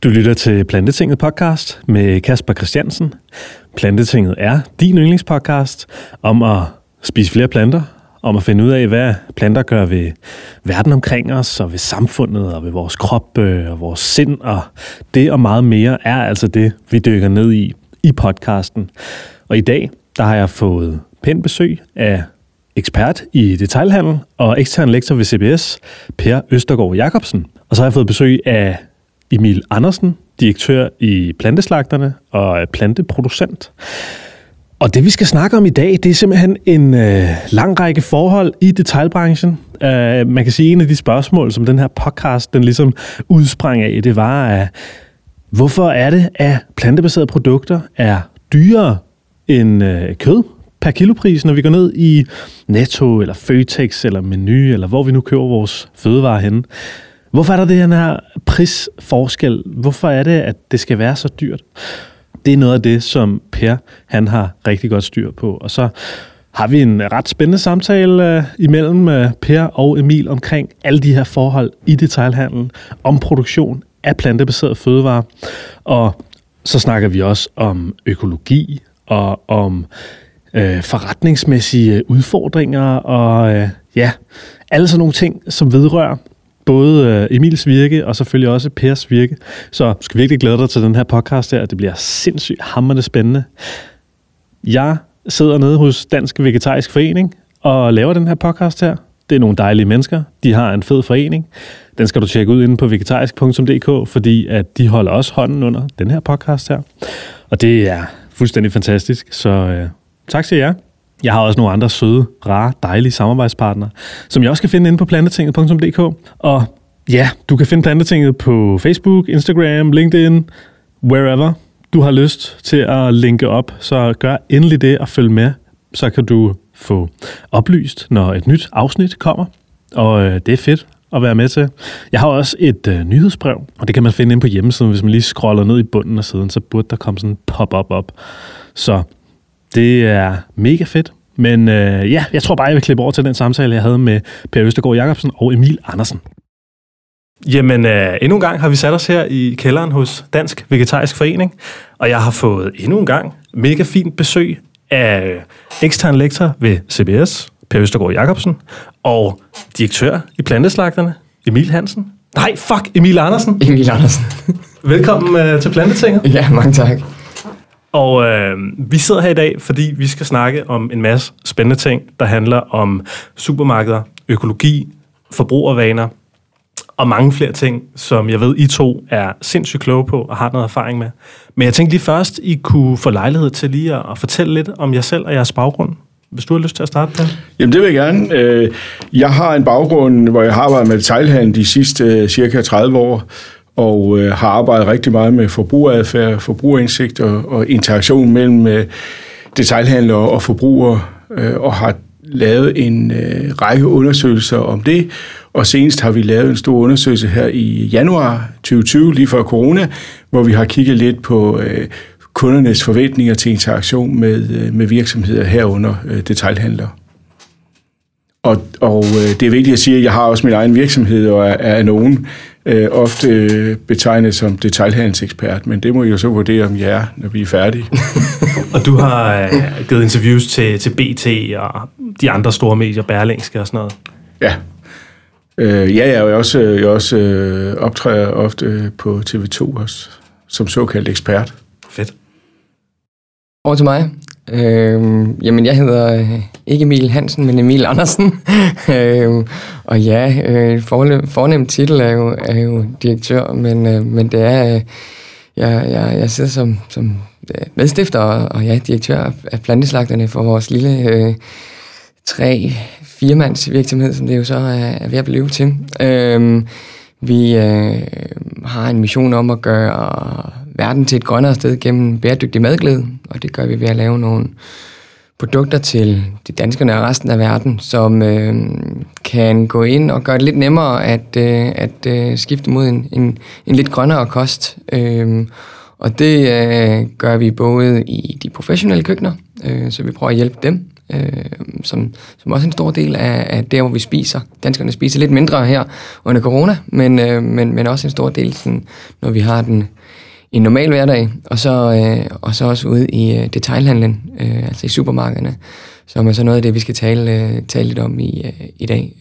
Du lytter til Plantetinget podcast med Kasper Christiansen. Plantetinget er din yndlingspodcast om at spise flere planter, om at finde ud af, hvad planter gør ved verden omkring os, og ved samfundet, og ved vores krop, og vores sind, og det og meget mere er altså det, vi dykker ned i podcasten. Og i dag, der har jeg fået pænt besøg af ekspert i detailhandel og ekstern lektor ved CBS, Per Østergaard Jacobsen. Og så har jeg fået besøg af Emil Andersen, direktør i Planteslagterne og planteproducent. Og det, vi skal snakke om i dag, det er simpelthen en lang række forhold i detailbranchen. Man kan sige, at en af de spørgsmål, som den her podcast den ligesom udsprang af, det var, hvorfor er det, at plantebaserede produkter er dyrere end kød per kilopris, når vi går ned i Netto, eller Føtex, eller Meny, eller hvor vi nu køber vores fødevarer henne. Hvorfor er der den her prisforskel? Hvorfor er det, at det skal være så dyrt? Det er noget af det, som Per han har rigtig godt styr på. Og så har vi en ret spændende samtale imellem Per og Emil omkring alle de her forhold i detailhandlen, om produktion af plantebaserede fødevarer. Og så snakker vi også om økologi og om forretningsmæssige udfordringer og alle sådan nogle ting, som vedrører både Emils virke og selvfølgelig også Pers virke. Så du skal virkelig glæde dig til den her podcast her. Det bliver sindssygt hamrende spændende. Jeg sidder nede hos Dansk Vegetarisk Forening og laver den her podcast her. Det er nogle dejlige mennesker. De har en fed forening. Den skal du tjekke ud inde på vegetarisk.dk, fordi at de holder også hånden under den her podcast her. Og det er fuldstændig fantastisk. Så tak til jer. Jeg har også nogle andre søde, rare, dejlige samarbejdspartnere, som jeg også kan finde inde på plantetinget.dk. Og ja, du kan finde Plantetinget på Facebook, Instagram, LinkedIn, wherever du har lyst til at linke op. Så gør endelig det og følg med. Så kan du få oplyst, når et nyt afsnit kommer. Og det er fedt at være med til. Jeg har også et nyhedsbrev, og det kan man finde inde på hjemmesiden. Hvis man lige scroller ned i bunden af siden, så burde der komme sådan en pop-up op. Så det er mega fedt. Men jeg tror bare, jeg vil klippe over til den samtale, jeg havde med Per Østergaard Jacobsen og Emil Andersen. Jamen, endnu en gang har vi sat os her i kælderen hos Dansk Vegetarisk Forening, og jeg har fået endnu en gang mega fint besøg af ekstern lektor ved CBS, Per Østergaard Jacobsen, og direktør i Planteslagterne, Emil Emil Andersen. Emil Andersen. Velkommen til Plantetinget. Ja, mange tak. Og vi sidder her i dag, fordi vi skal snakke om en masse spændende ting, der handler om supermarkeder, økologi, forbrugervaner og mange flere ting, som jeg ved, I to er sindssygt kloge på og har noget erfaring med. Men jeg tænkte lige først, I kunne få lejlighed til lige at fortælle lidt om jer selv og jeres baggrund. Hvis du har lyst til at starte på. Jamen det vil jeg gerne. Jeg har en baggrund, hvor jeg har arbejdet med detailhandel de sidste cirka 30 år, og har arbejdet rigtig meget med forbrugeradfærd, forbrugerindsigt og interaktion mellem detailhandlere og forbrugere, og har lavet en række undersøgelser om det. Og senest har vi lavet en stor undersøgelse her i januar 2020, lige før corona, hvor vi har kigget lidt på kundernes forventninger til interaktion med virksomheder herunder detailhandlere. Og det er vigtigt at sige, at jeg har også min egen virksomhed og er nogen ofte betegnet som detailhandelsekspert, men det må I jo så vurdere, om jeg er, når vi er færdige. Og du har givet interviews til BT og de andre store medier, Berlingske og sådan noget. Ja. Jeg også optræder ofte på TV2 også, som såkaldt ekspert. Fedt. Over til mig. Jamen, jeg hedder ikke Emil Hansen, men Emil Andersen. Og ja, fornem titel er jo direktør, men det er, jeg sidder som medstifter og direktør af Planteslagterne for vores lille 3-4-mands virksomhed, som det jo så er ved at blive til. Vi har en mission om at gøre verden til et grønnere sted gennem bæredygtig madglæde, og det gør vi ved at lave nogle produkter til de danskerne og resten af verden, som kan gå ind og gøre det lidt nemmere at skifte mod en lidt grønnere kost. Og det gør vi både i de professionelle køkkener, så vi prøver at hjælpe dem som også er en stor del af der, hvor vi spiser. Danskerne spiser lidt mindre her under corona, men også en stor del, sådan, når vi har den en normal hverdag, og så også ude i detailhandlen, altså i supermarkederne, som er så noget af det, vi skal tale lidt om i dag.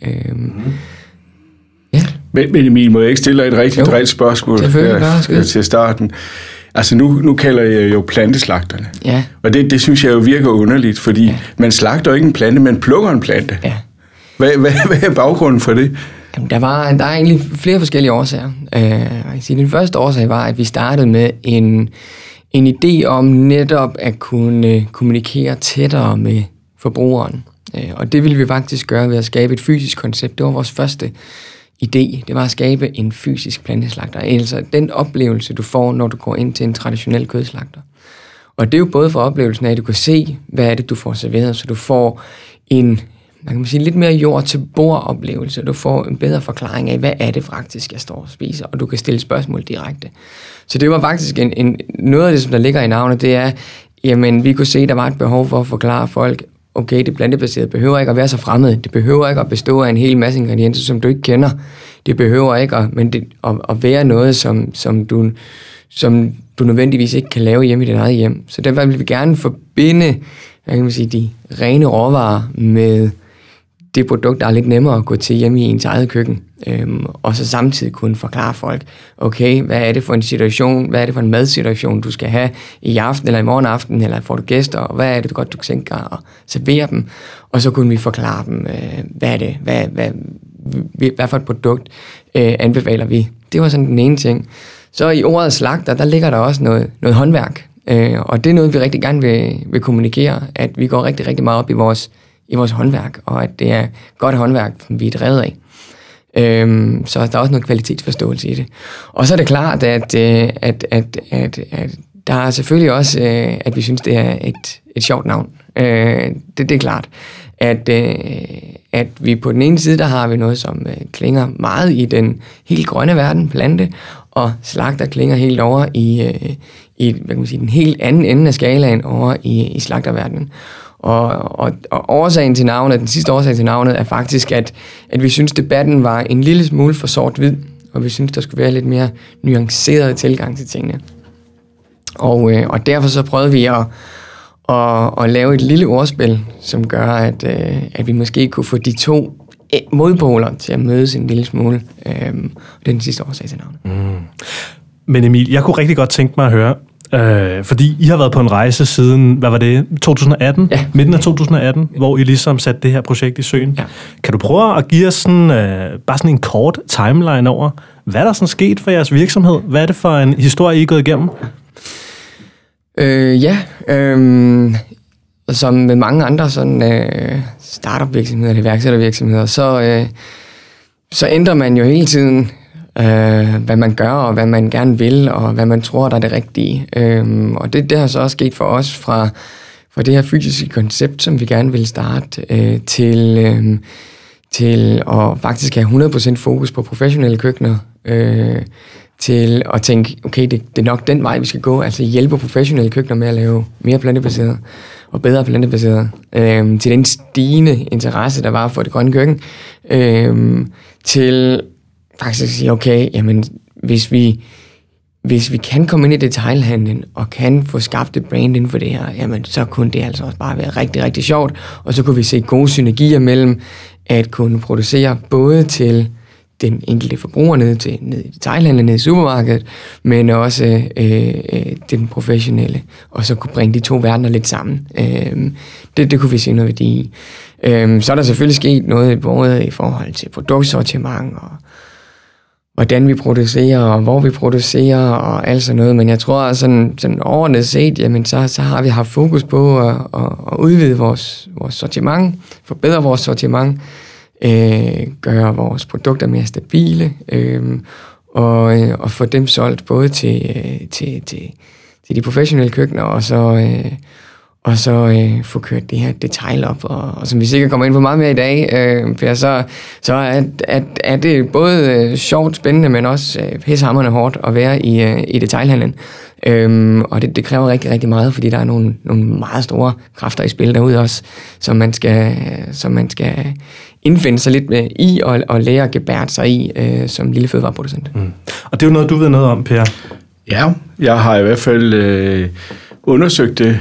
Ja. Men Emil, må jeg ikke stille dig et rigtig drildt spørgsmål til starten? Altså nu kalder jeg jo planteslagterne. Ja. Og det synes jeg jo virker underligt, fordi man slagter jo ikke en plante, man plukker en plante. Ja. Hvad er baggrunden for det? Jamen, der er egentlig flere forskellige årsager. Den første årsag var, at vi startede med en idé om netop at kunne kommunikere tættere med forbrugeren. Og det ville vi faktisk gøre ved at skabe et fysisk koncept. Det var vores første idé. Det var at skabe en fysisk planteslagter. Altså den oplevelse, du får, når du går ind til en traditionel kødslagter. Og det er jo både for oplevelsen af, at du kan se, hvad er det, du får serveret, så du får en lidt mere jord til bord oplevelse. Du får en bedre forklaring af, hvad er det faktisk, jeg står og spiser, og du kan stille spørgsmål direkte. Så det var faktisk noget af det, som der ligger i navnet, det er, jamen vi kunne se, der var et behov for at forklare folk, okay, det plantebaserede behøver ikke at være så fremmed. Det behøver ikke at bestå af en hel masse ingredienser, som du ikke kender. Det behøver ikke at være noget, som du nødvendigvis ikke kan lave hjemme i dit eget hjem. Så derfor vil vi gerne forbinde, de rene råvarer med det produkt, der er lidt nemmere at gå til hjemme i ens eget køkken. Og så samtidig kunne forklare folk, okay, hvad er det for en situation, hvad er det for en madsituation, du skal have i aften eller i morgen aften, eller får du gæster, og hvad er det godt, du kan tænke dig at servere dem. Og så kunne vi forklare dem, hvad for et produkt anbefaler vi. Det var sådan den ene ting. Så i ordet slagter, der ligger der også noget håndværk. Og det er noget, vi rigtig gerne vil kommunikere, at vi går rigtig, rigtig meget op i vores håndværk, og at det er godt håndværk, som vi er drevet af. Så der er også noget kvalitetsforståelse i det. Og så er det klart, at der er selvfølgelig også, at vi synes, det er et sjovt navn. Det er klart, at vi på den ene side, der har vi noget, som klinger meget i den helt grønne verden, plante, og slagter klinger helt over i den helt anden ende af skalaen over i slagterverdenen. Og årsagen til navnet, den sidste årsag til navnet, er faktisk, at vi synes, debatten var en lille smule for sort-hvid, og vi synes, der skulle være lidt mere nuanceret tilgang til tingene. Og derfor så prøvede vi at lave et lille ordspil, som gør, at vi måske kunne få de to modpoler til at mødes en lille smule. Og det er den sidste årsag til navnet. Men Emil, jeg kunne rigtig godt tænke mig at høre, fordi I har været på en rejse siden, hvad var det, 2018? Ja. Midten af 2018, hvor I ligesom satte det her projekt i søen. Ja. Kan du prøve at give os bare sådan en kort timeline over, hvad der sådan sket for jeres virksomhed? Hvad er det for en historie, I er gået igennem? Som med mange andre sådan startup-virksomheder eller iværksættervirksomheder, så ændrer man jo hele tiden, hvad man gør, og hvad man gerne vil, og hvad man tror, der er det rigtige. Og det har så også sket for os fra det her fysiske koncept, som vi gerne vil starte, til at faktisk have 100% fokus på professionelle køkkener, til at tænke, okay, det er nok den vej, vi skal gå, altså hjælpe professionelle køkkener med at lave mere plantebaseret og bedre plantebaseret, til den stigende interesse, der var for det grønne køkken, til faktisk at sige, okay, jamen, hvis vi kan komme ind i detailhandlen og kan få skabt et brand inden for det her, jamen, så kunne det altså også bare være rigtig, rigtig sjovt, og så kunne vi se gode synergier mellem at kunne producere både til den enkelte forbruger nede i detailhandlen, nede i supermarkedet, men også den professionelle, og så kunne bringe de to verdener lidt sammen. Det kunne vi se noget værdi i. Så er der selvfølgelig sket noget både i forhold til produktsortiment, og hvordan vi producerer, og hvor vi producerer, og alt sådan noget, men jeg tror, sådan overordnet set, jamen, så har vi haft fokus på at udvide vores sortiment, forbedre vores sortiment, gøre vores produkter mere stabile, og få dem solgt både til de professionelle køkkener, og så få kørt det her detail op, og som vi sikkert kommer ind på meget mere i dag, for så er det både sjovt, spændende, men også pissehamrende hårdt at være i detailhandlen. Og det kræver rigtig, rigtig meget, fordi der er nogle meget store kræfter i spil derude også, som man skal indfinde sig lidt med i og lære at gebærde sig i som lille fødevareproducent. Og det er jo noget, du ved noget om, Per. Ja, jeg har i hvert fald undersøgt det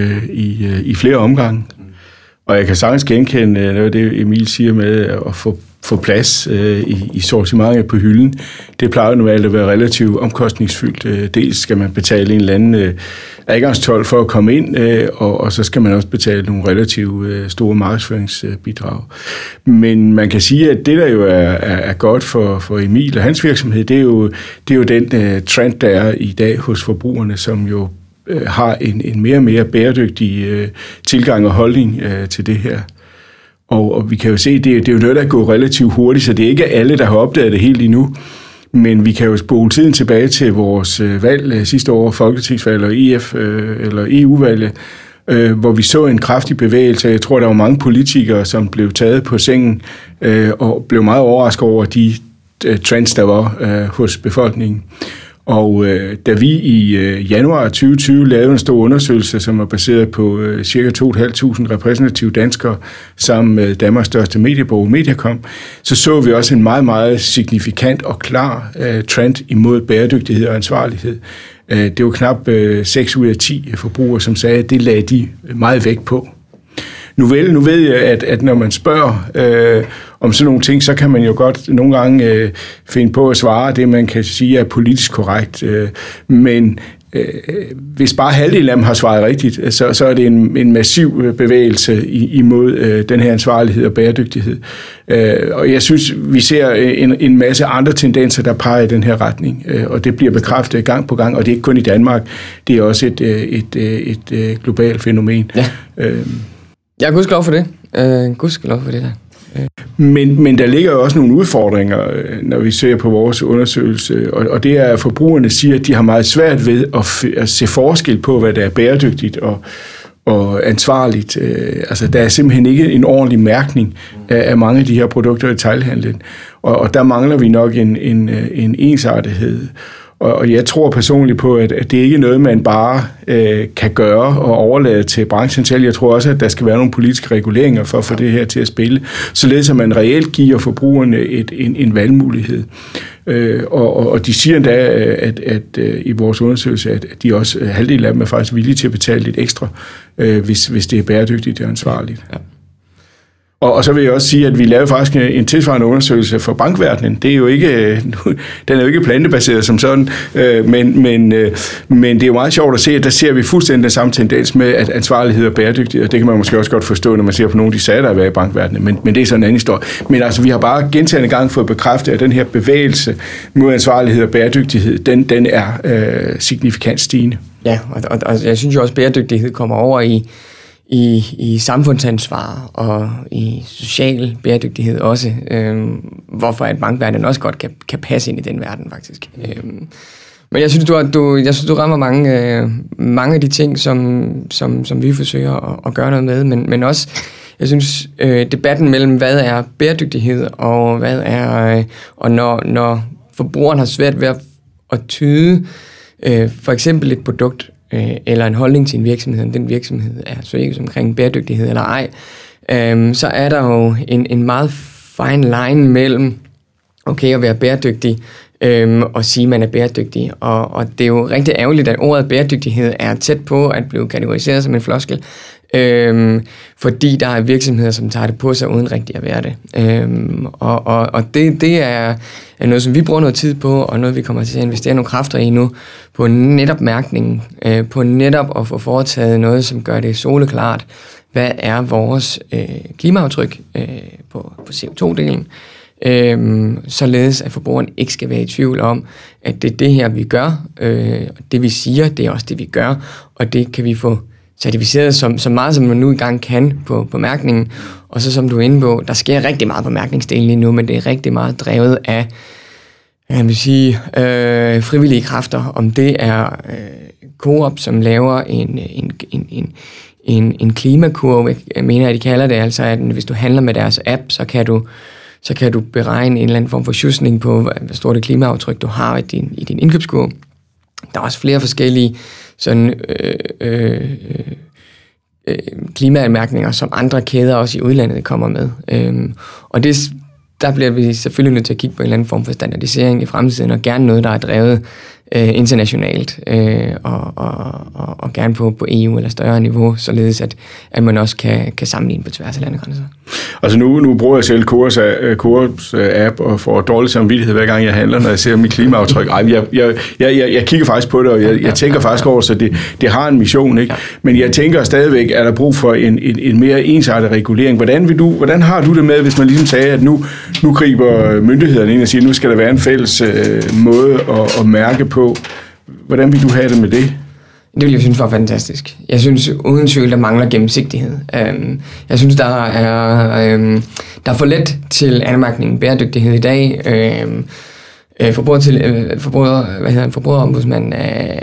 i flere omgange, og jeg kan sagtens genkende noget af det, Emil siger med at få plads i sortimentet på hylden. Det plejer normalt at være relativt omkostningsfyldt. Dels skal man betale en eller anden adgangstold for at komme ind, og så skal man også betale nogle relativt store markedsføringsbidrag. Men man kan sige, at det, der jo er godt for Emil og hans virksomhed, det er jo den trend, der er i dag hos forbrugerne, som jo har en mere og mere bæredygtig tilgang og holdning til det her. Og vi kan jo se, at det er jo noget, der går relativt hurtigt, så det er ikke alle, der har opdaget det helt endnu. Men vi kan jo spole tiden tilbage til vores valg sidste år, folketingsvalg og eller EU-valget, hvor vi så en kraftig bevægelse. Jeg tror, der var mange politikere, som blev taget på sengen og blev meget overrasket over de trends, der var hos befolkningen. Og da vi i januar 2020 lavede en stor undersøgelse, som er baseret på ca. 2.500 repræsentative danskere sammen med Danmarks største mediebureau, Mediacom, så vi også en meget, meget signifikant og klar trend imod bæredygtighed og ansvarlighed. Det var knap 6 ud af 10 forbrugere, som sagde, at det lagde de meget vægt på. Nu ved jeg, at når man spørger om sådan nogle ting, så kan man jo godt nogle gange finde på at svare det, man kan sige er politisk korrekt. Men hvis bare halvdelen af dem har svaret rigtigt, så er det en massiv bevægelse imod den her ansvarlighed og bæredygtighed. Og jeg synes, vi ser en masse andre tendenser, der peger i den her retning, og det bliver bekræftet gang på gang, og det er ikke kun i Danmark, det er også et globalt fænomen. Ja. Jeg er gudskelov for det. Gudskelov for det der. Men der ligger jo også nogle udfordringer, når vi ser på vores undersøgelse, og det er, at forbrugerne siger, at de har meget svært ved at se forskel på, hvad der er bæredygtigt og ansvarligt. Altså, der er simpelthen ikke en ordentlig mærkning af mange af de her produkter i detailhandlen, og der mangler vi nok en ensartethed. Og jeg tror personligt på, at det ikke er noget, man bare kan gøre og overlade til branchen selv. Jeg tror også, at der skal være nogle politiske reguleringer for at få det her til at spille, således at man reelt giver forbrugerne en valgmulighed. Og de siger endda, at i vores undersøgelse, at de også, halvdelen af dem er faktisk villige til at betale lidt ekstra, hvis det er bæredygtigt og ansvarligt. Ja. Og så vil jeg også sige, at vi lavede faktisk en tilsvarende undersøgelse for bankverdenen. Det er jo ikke, den er jo ikke plantebaseret som sådan, men det er jo meget sjovt at se, at der ser vi fuldstændig den samme tendens med, at ansvarlighed og bæredygtighed, og det kan man måske også godt forstå, når man ser på nogle af de sager, der er i bankverdenen, men det er sådan en anden historie. Men altså, vi har bare gentagne gange fået bekræftet, at den her bevægelse mod ansvarlighed og bæredygtighed, den er signifikant stigende. Ja, og jeg synes jo også, at bæredygtighed kommer over i samfundsansvar og i social bæredygtighed også, hvorfor at bankverdenen også godt kan passe ind i den verden, faktisk. Men jeg synes, du rammer mange af de ting, som vi forsøger at gøre noget med, men også, jeg synes, debatten mellem, hvad er bæredygtighed, og hvad er, og når forbrugeren har svært ved at tyde for eksempel et produkt, eller en holdning til en virksomhed, om den virksomhed er seriøs omkring bæredygtighed eller ej, så er der jo en meget fine line mellem at være bæredygtig og sige, at man er bæredygtig. Og det er jo rigtig ærgerligt, at ordet bæredygtighed er tæt på at blive kategoriseret som en floskel, fordi der er virksomheder, som tager det på sig uden rigtig at være det. Og det er noget, som vi bruger noget tid på, og noget, vi kommer til at investere nogle kræfter i nu, på netop mærkningen, på netop at få foretaget noget, som gør det soleklart, hvad er vores klimaaftryk på CO2-delen, således at forbrugeren ikke skal være i tvivl om, at det er det her, vi gør, det vi siger, det er også det, vi gør, og det kan vi få certificeret så meget, som man nu engang kan på mærkningen. Og så som du er inde på, der sker rigtig meget på mærkningsdelen lige nu, men det er rigtig meget drevet af, jeg vil sige, frivillige kræfter. Om det er Coop, som laver en klimakurve, jeg mener, at de kalder det, altså at hvis du handler med deres app, så kan du beregne en eller anden form for sjudsning på, hvor stort det klimaaftryk du har i din indkøbskurve. Der er også flere forskellige sådan, klimaanmærkninger, som andre kæder også i udlandet kommer med. Og der bliver vi selvfølgelig nødt til at kigge på en eller anden form for standardisering i fremtiden, og gerne noget, der er drevet internationalt, og gerne på EU eller større niveau, således at man også kan sammenligne på tværs af landegrænser. Altså nu bruger jeg selv Coors app og får dårlig samvittighed hver gang jeg handler, når jeg ser mit klimaaftryk. Jeg kigger faktisk på det, og jeg tænker faktisk over, så det har en mission, ikke? Men jeg tænker stadigvæk, er der brug for en mere ensartet regulering. Hvordan har du det med, hvis man ligesom sagde, at nu griber myndighederne ind og siger, nu skal der være en fælles måde at mærke på. Hvordan vil du have det med det? Det vil jeg synes var fantastisk. Jeg synes uden tvivl, der mangler gennemsigtighed. Jeg synes, der er for let til anmærkningen bæredygtighed i dag. Forbrugerombudsmanden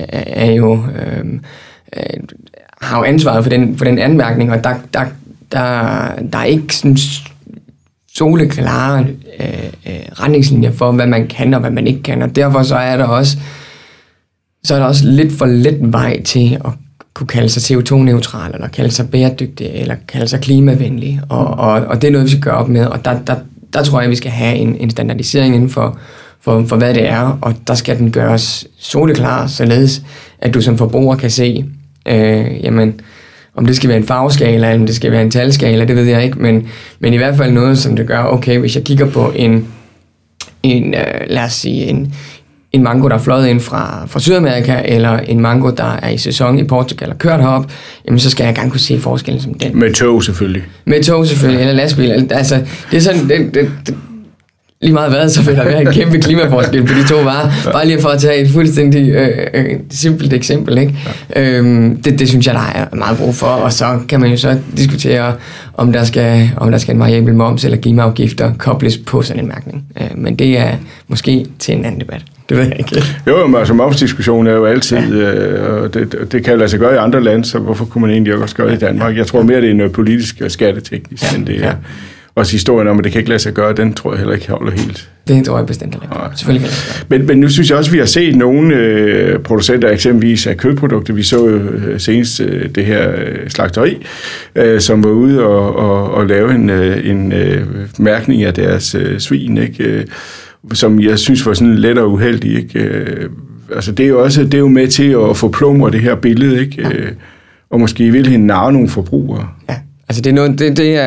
har jo ansvaret for den anmærkning, og der er ikke sådan soleklare retningslinjer for, hvad man kan og hvad man ikke kan, og derfor så er der også lidt for let vej til at kunne kalde sig CO2-neutral, eller kalde sig bæredygtig, eller kalde sig klimavenlig, og det er noget, vi skal gøre op med, og der tror jeg, vi skal have en standardisering inden for hvad det er, og der skal den gøres soleklar, således at du som forbruger kan se, jamen, om det skal være en farveskala, eller om det skal være en talskala, det ved jeg ikke, men i hvert fald noget, som det gør, okay, hvis jeg kigger på lad os sige, en mango, der er fløjet ind fra Sydamerika, eller en mango, der er i sæson i Portugal og kørt herop, jamen så skal jeg gerne kunne se forskellen som den. Med tog selvfølgelig. Eller lastbil. Altså, det er sådan, lige meget hvad, så vil der være en kæmpe klimaforskel på de to varer. Bare lige for at tage et fuldstændig simpelt eksempel, ikke? Ja. Det synes jeg, der er meget brug for, og så kan man jo så diskutere, om der skal en variabel moms eller klimaafgifter kobles på sådan en mærkning. Men det er måske til en anden debat. Det ved jeg ikke. Jo, men altså momsdiskussion er jo altid, og det kan lade sig gøre i andre lande, så hvorfor kunne man egentlig også gøre det i Danmark? Jeg tror mere, det er noget politisk og skatteteknisk, end det er. Også historien om, at det kan ikke lade sig gøre, den tror jeg heller ikke holder helt. Det tror jeg bestemt ikke. Selvfølgelig kan det. Men nu synes jeg også, at vi har set nogle producenter, eksempelvis af kødprodukter. Vi så jo senest det her slagteri, som var ude og lave en mærkning af deres svin, ikke? Som jeg synes var sådan let og uheldig, ikke? Altså det er jo med til at få plumre det her billede, ikke? Ja. Og måske vil hende narre nogle forbrugere. Ja, altså det er noget,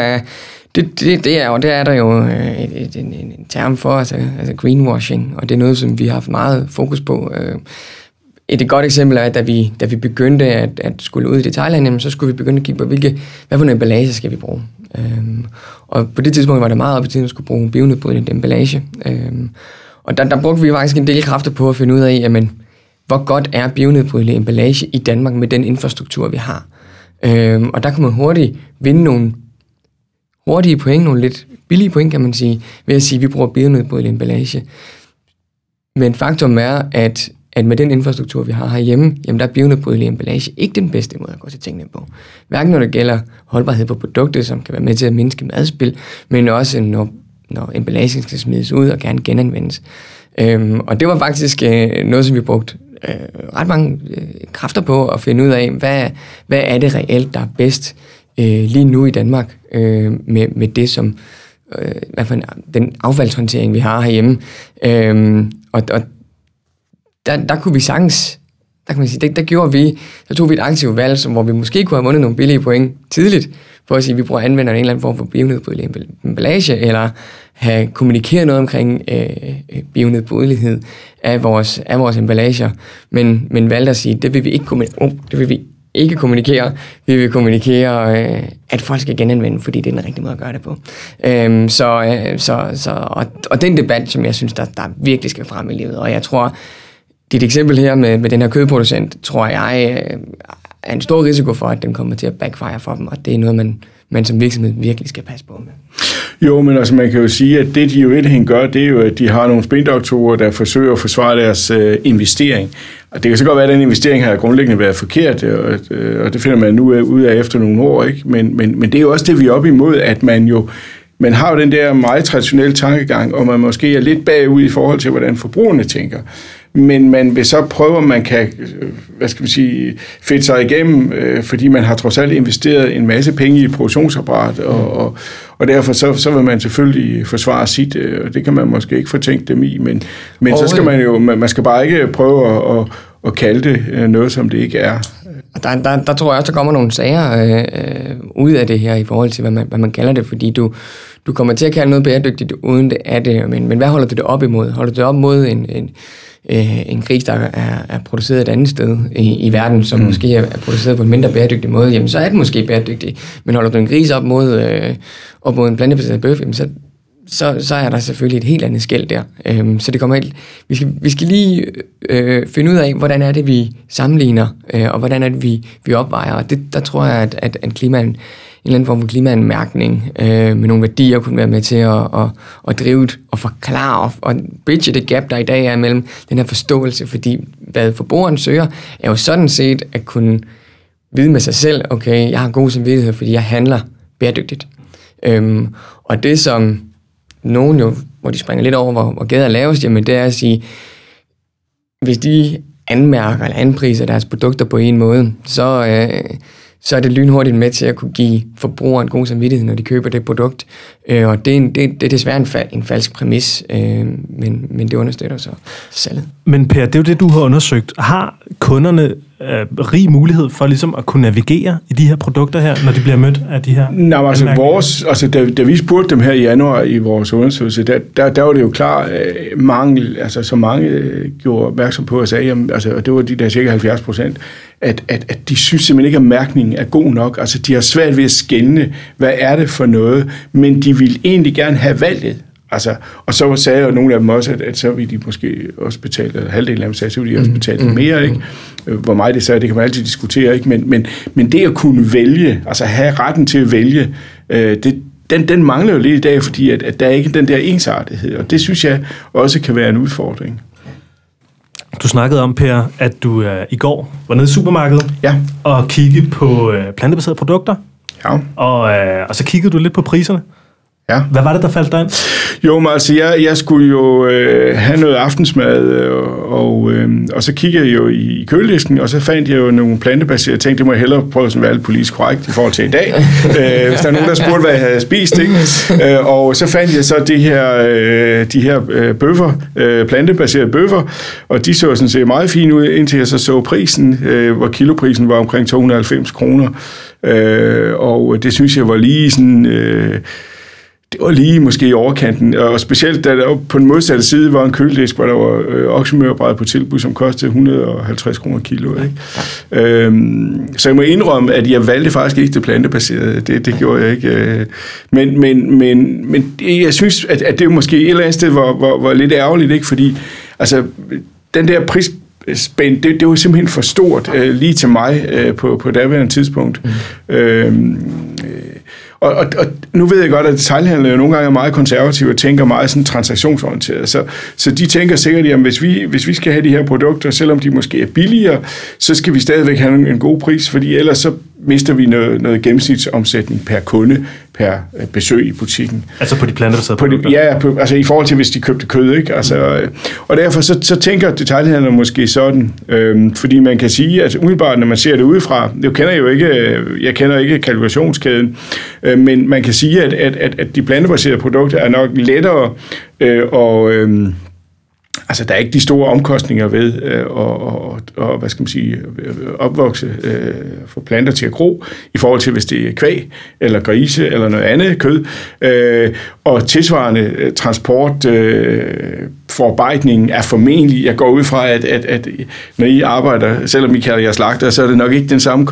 det er der jo en term for, altså greenwashing, og det er noget, som vi har haft meget fokus på. Et godt eksempel er, at da vi begyndte at skulle ud i detailhandlen, så skulle vi begynde at kigge på, hvad for en emballage skal vi bruge. Og på det tidspunkt var det meget op i tiden, at skulle bruge bionedbrydende emballage. Og der brugte vi faktisk en del kræfter på at finde ud af, jamen, hvor godt er bionedbrydende emballage i Danmark med den infrastruktur, vi har. Og der kan man hurtigt vinde nogle hurtige point, nogle lidt billige point, kan man sige, ved at sige, at vi bruger bionedbrydende emballage. Men faktum er, at med den infrastruktur, vi har herhjemme, jamen der er bionedbrydelig emballage ikke den bedste måde at gå til tingene på. Hverken når det gælder holdbarhed på produktet, som kan være med til at mindske madspild, men også når emballagen skal smides ud og gerne genanvendes. Og det var faktisk noget, som vi brugte ret mange kræfter på at finde ud af, hvad er det reelt, der er bedst lige nu i Danmark med det, som hvad for den affaldshåndtering, vi har herhjemme. Og der kunne vi sagtens, der kan man sige, der tog vi et aktivt valg, hvor vi måske kunne have vundet nogle billige point tidligt, for at sige, at vi bruger anvender en eller anden form for bionedbrydelig emballage, eller have kommunikeret noget omkring bionedbrydelighed af vores emballager, men valgte at sige, det vil vi ikke kommunikere. Vi vil kommunikere, at folk skal genanvende, fordi det er den rigtige måde at gøre det på. Og den debat, som jeg synes, der virkelig skal frem i livet, og jeg tror, dit eksempel her med den her kødproducent, tror jeg, er en stor risiko for, at den kommer til at backfire for dem, og det er noget, man som virksomhed virkelig skal passe på med. Jo, men altså man kan jo sige, at det de jo egentlig gør, det er jo, at de har nogle spindoktorer, der forsøger at forsvare deres investering. Og det kan så godt være, at den investering har grundlæggende været forkert, og det finder man nu ud af efter nogle år, ikke? Men det er jo også det, vi er oppe imod, at man har jo den der meget traditionelle tankegang, og man måske er lidt bagud i forhold til, hvordan forbrugerne tænker. Men man vil så prøve, om man kan, fedte sig igennem, fordi man har trods alt investeret en masse penge i et produktionsapparat, og derfor så vil man selvfølgelig forsvare sit, og det kan man måske ikke få tænkt dem i, men så skal man skal bare ikke prøve at kalde det noget, som det ikke er. Der tror jeg også, der kommer nogle sager ud af det her, i forhold til, hvad man kalder det, fordi du kommer til at kalde noget bæredygtigt, uden det er det, men hvad holder du det op imod? Holder du det op mod en gris, der er produceret et andet sted i verden, som måske er produceret på en mindre bæredygtig måde, jamen så er den måske bæredygtig. Men holder du en gris op mod en plantebaseret bøf, jamen så er der selvfølgelig et helt andet skel der. Så det kommer helt. Vi skal lige finde ud af, hvordan er det, vi sammenligner, og hvordan er det, vi opvejer. Og der tror jeg, at en eller anden form for klimaanmærkning med nogle værdier kunne være med til at drive og forklare og bridge det gap, der i dag er mellem den her forståelse, fordi hvad forbrugeren søger, er jo sådan set at kunne vide med sig selv, okay, jeg har god samvittighed, fordi jeg handler bæredygtigt. Og det som nogen jo, hvor de springer lidt over, hvor gader er lavest, jamen det er at sige, hvis de anmærker eller anpriser deres produkter på en måde, så er det lynhurtigt med til at kunne give forbrugeren god samvittighed, når de køber det produkt. Og det er desværre en falsk præmis, men det understøtter så salget. Men Per, det er jo det, du har undersøgt. Har kunderne rig mulighed for ligesom at kunne navigere i de her produkter her, når de bliver mødt af de her? Nej, da vi spurgte dem her i januar i vores undersøgelse, der var det jo klar mangel, altså så mange gjorde opmærksom på og sagde, og det var de der cirka 70%, at de synes simpelthen ikke, at mærkningen er god nok. Altså, de har svært ved at skelne, hvad er det for noget, men de vil egentlig gerne have valget. Altså, og så sagde jo nogle af dem også, at så vil de måske også betale, eller halvdelen af dem sagde, så vil de også betale mere, ikke? Hvor meget det så er, det kan man altid diskutere, ikke? Men det at kunne vælge, altså have retten til at vælge, den mangler jo lidt i dag, fordi at der er ikke den der ensartethed, og det synes jeg også kan være en udfordring. Du snakkede om, Per, at du i går var nede i supermarkedet og kiggede på plantebaserede produkter. Ja. Og så kiggede du lidt på priserne. Ja. Hvad var det, der faldt dig ind? Jo, men altså, jeg skulle jo have noget aftensmad, og så kiggede jeg jo i køledisken, og så fandt jeg jo nogle plantebaserede. Jeg tænkte, det må jeg hellere prøve at være lidt politisk korrekt i forhold til i dag, hvis der er nogen, der spurgte, hvad jeg havde spist, ikke? Og så fandt jeg så de her bøffer, plantebaserede bøffer, og de så sådan set meget fine ud, indtil jeg så prisen, hvor kiloprisen var omkring 290 kroner. Og det synes jeg var lige sådan... Det var lige måske i overkanten, og specielt da der på den modsatte side var en køledisk, hvor der var oksemørbræd på tilbud, som kostede 150 kroner kilo. Ikke? Så jeg må indrømme, at jeg valgte faktisk ikke det plantebaserede. Det gjorde jeg ikke. Men jeg synes, at det jo måske et eller andet sted var lidt ærgerligt, ikke? Fordi altså, den der prisspænd, det var simpelthen for stort lige til mig på daværende tidspunkt. Og nu ved jeg godt, at detailhandlere jo nogle gange er meget konservative og tænker meget sådan transaktionsorienteret. Så de tænker sikkert, at hvis vi skal have de her produkter, selvom de måske er billigere, så skal vi stadigvæk have en god pris, fordi ellers så mister vi noget gennemsnitsomsætning per kunde, per besøg i butikken. Altså på de plantebaserede produkter? Altså i forhold til, hvis de købte kød, ikke? Altså, og derfor så tænker detailhandlere måske sådan, fordi man kan sige, at umiddelbart, når man ser det udefra, jeg kender ikke kalkulationskæden, men man kan sige, at de plantebaserede produkter er nok lettere altså, der er ikke de store omkostninger ved at hvad skal man sige, opvokse, få planter til at gro, i forhold til, hvis det er kvæg, eller grise, eller noget andet kød. Og tilsvarende transport, forarbejdningen er formentlig, jeg går ud fra, at når I arbejder, selvom I kalder jer slagter, så er det nok ikke den samme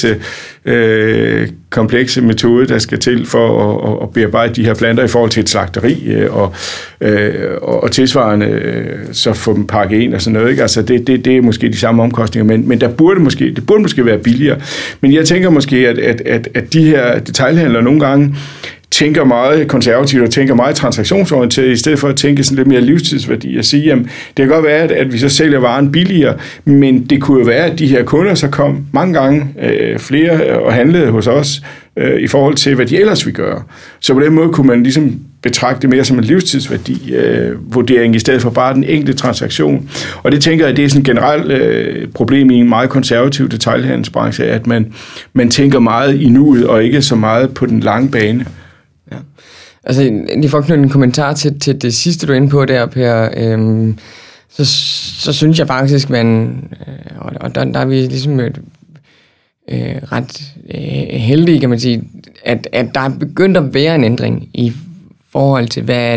komplekse metode, der skal til for at bearbejde de her planter i forhold til et slagteri, og tilsvarende så få dem pakket ind og sådan noget. Ikke? Altså det er måske de samme omkostninger, men det burde måske være billigere. Men jeg tænker måske, at de her detailhandlere nogle gange, tænker meget konservativt og tænker meget transaktionsorienteret, i stedet for at tænke sådan lidt mere livstidsværdi og sige, jamen, det kan godt være, at vi så sælger varen billigere, men det kunne jo være, at de her kunder så kom mange gange flere og handlede hos os i forhold til, hvad de ellers vil gøre. Så på den måde kunne man ligesom betragte det mere som en livstidsværdi-vurdering, i stedet for bare den enkelte transaktion. Og det tænker jeg, det er sådan et generelt problem i en meget konservativ detailhandelsbranche, at man tænker meget i nuet, og ikke så meget på den lange bane. Ja. Altså, lige for at knytte en kommentar til det sidste, du er inde på der, Per, så synes jeg faktisk, og der er vi ligesom ret heldige, kan man sige, at der er begyndt at være en ændring i forhold til, hvad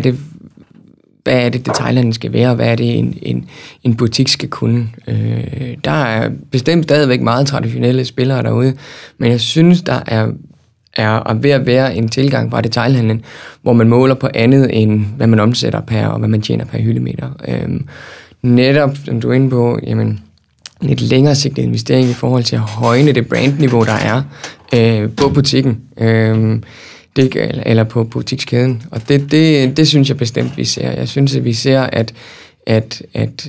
er det detailhandlen skal være, og hvad er det en butik skal kunne. Der er bestemt stadigvæk meget traditionelle spillere derude, men jeg synes, der er ved at være en tilgang fra detailhandlen, hvor man måler på andet end, hvad man omsætter per, og hvad man tjener per hyldemeter. Netop, som du er inde på, jamen, lidt længere sigtet investering i forhold til at højne det brandniveau, der er på butikken, eller på butikskæden. Og det synes jeg bestemt, vi ser. Jeg synes, at vi ser, at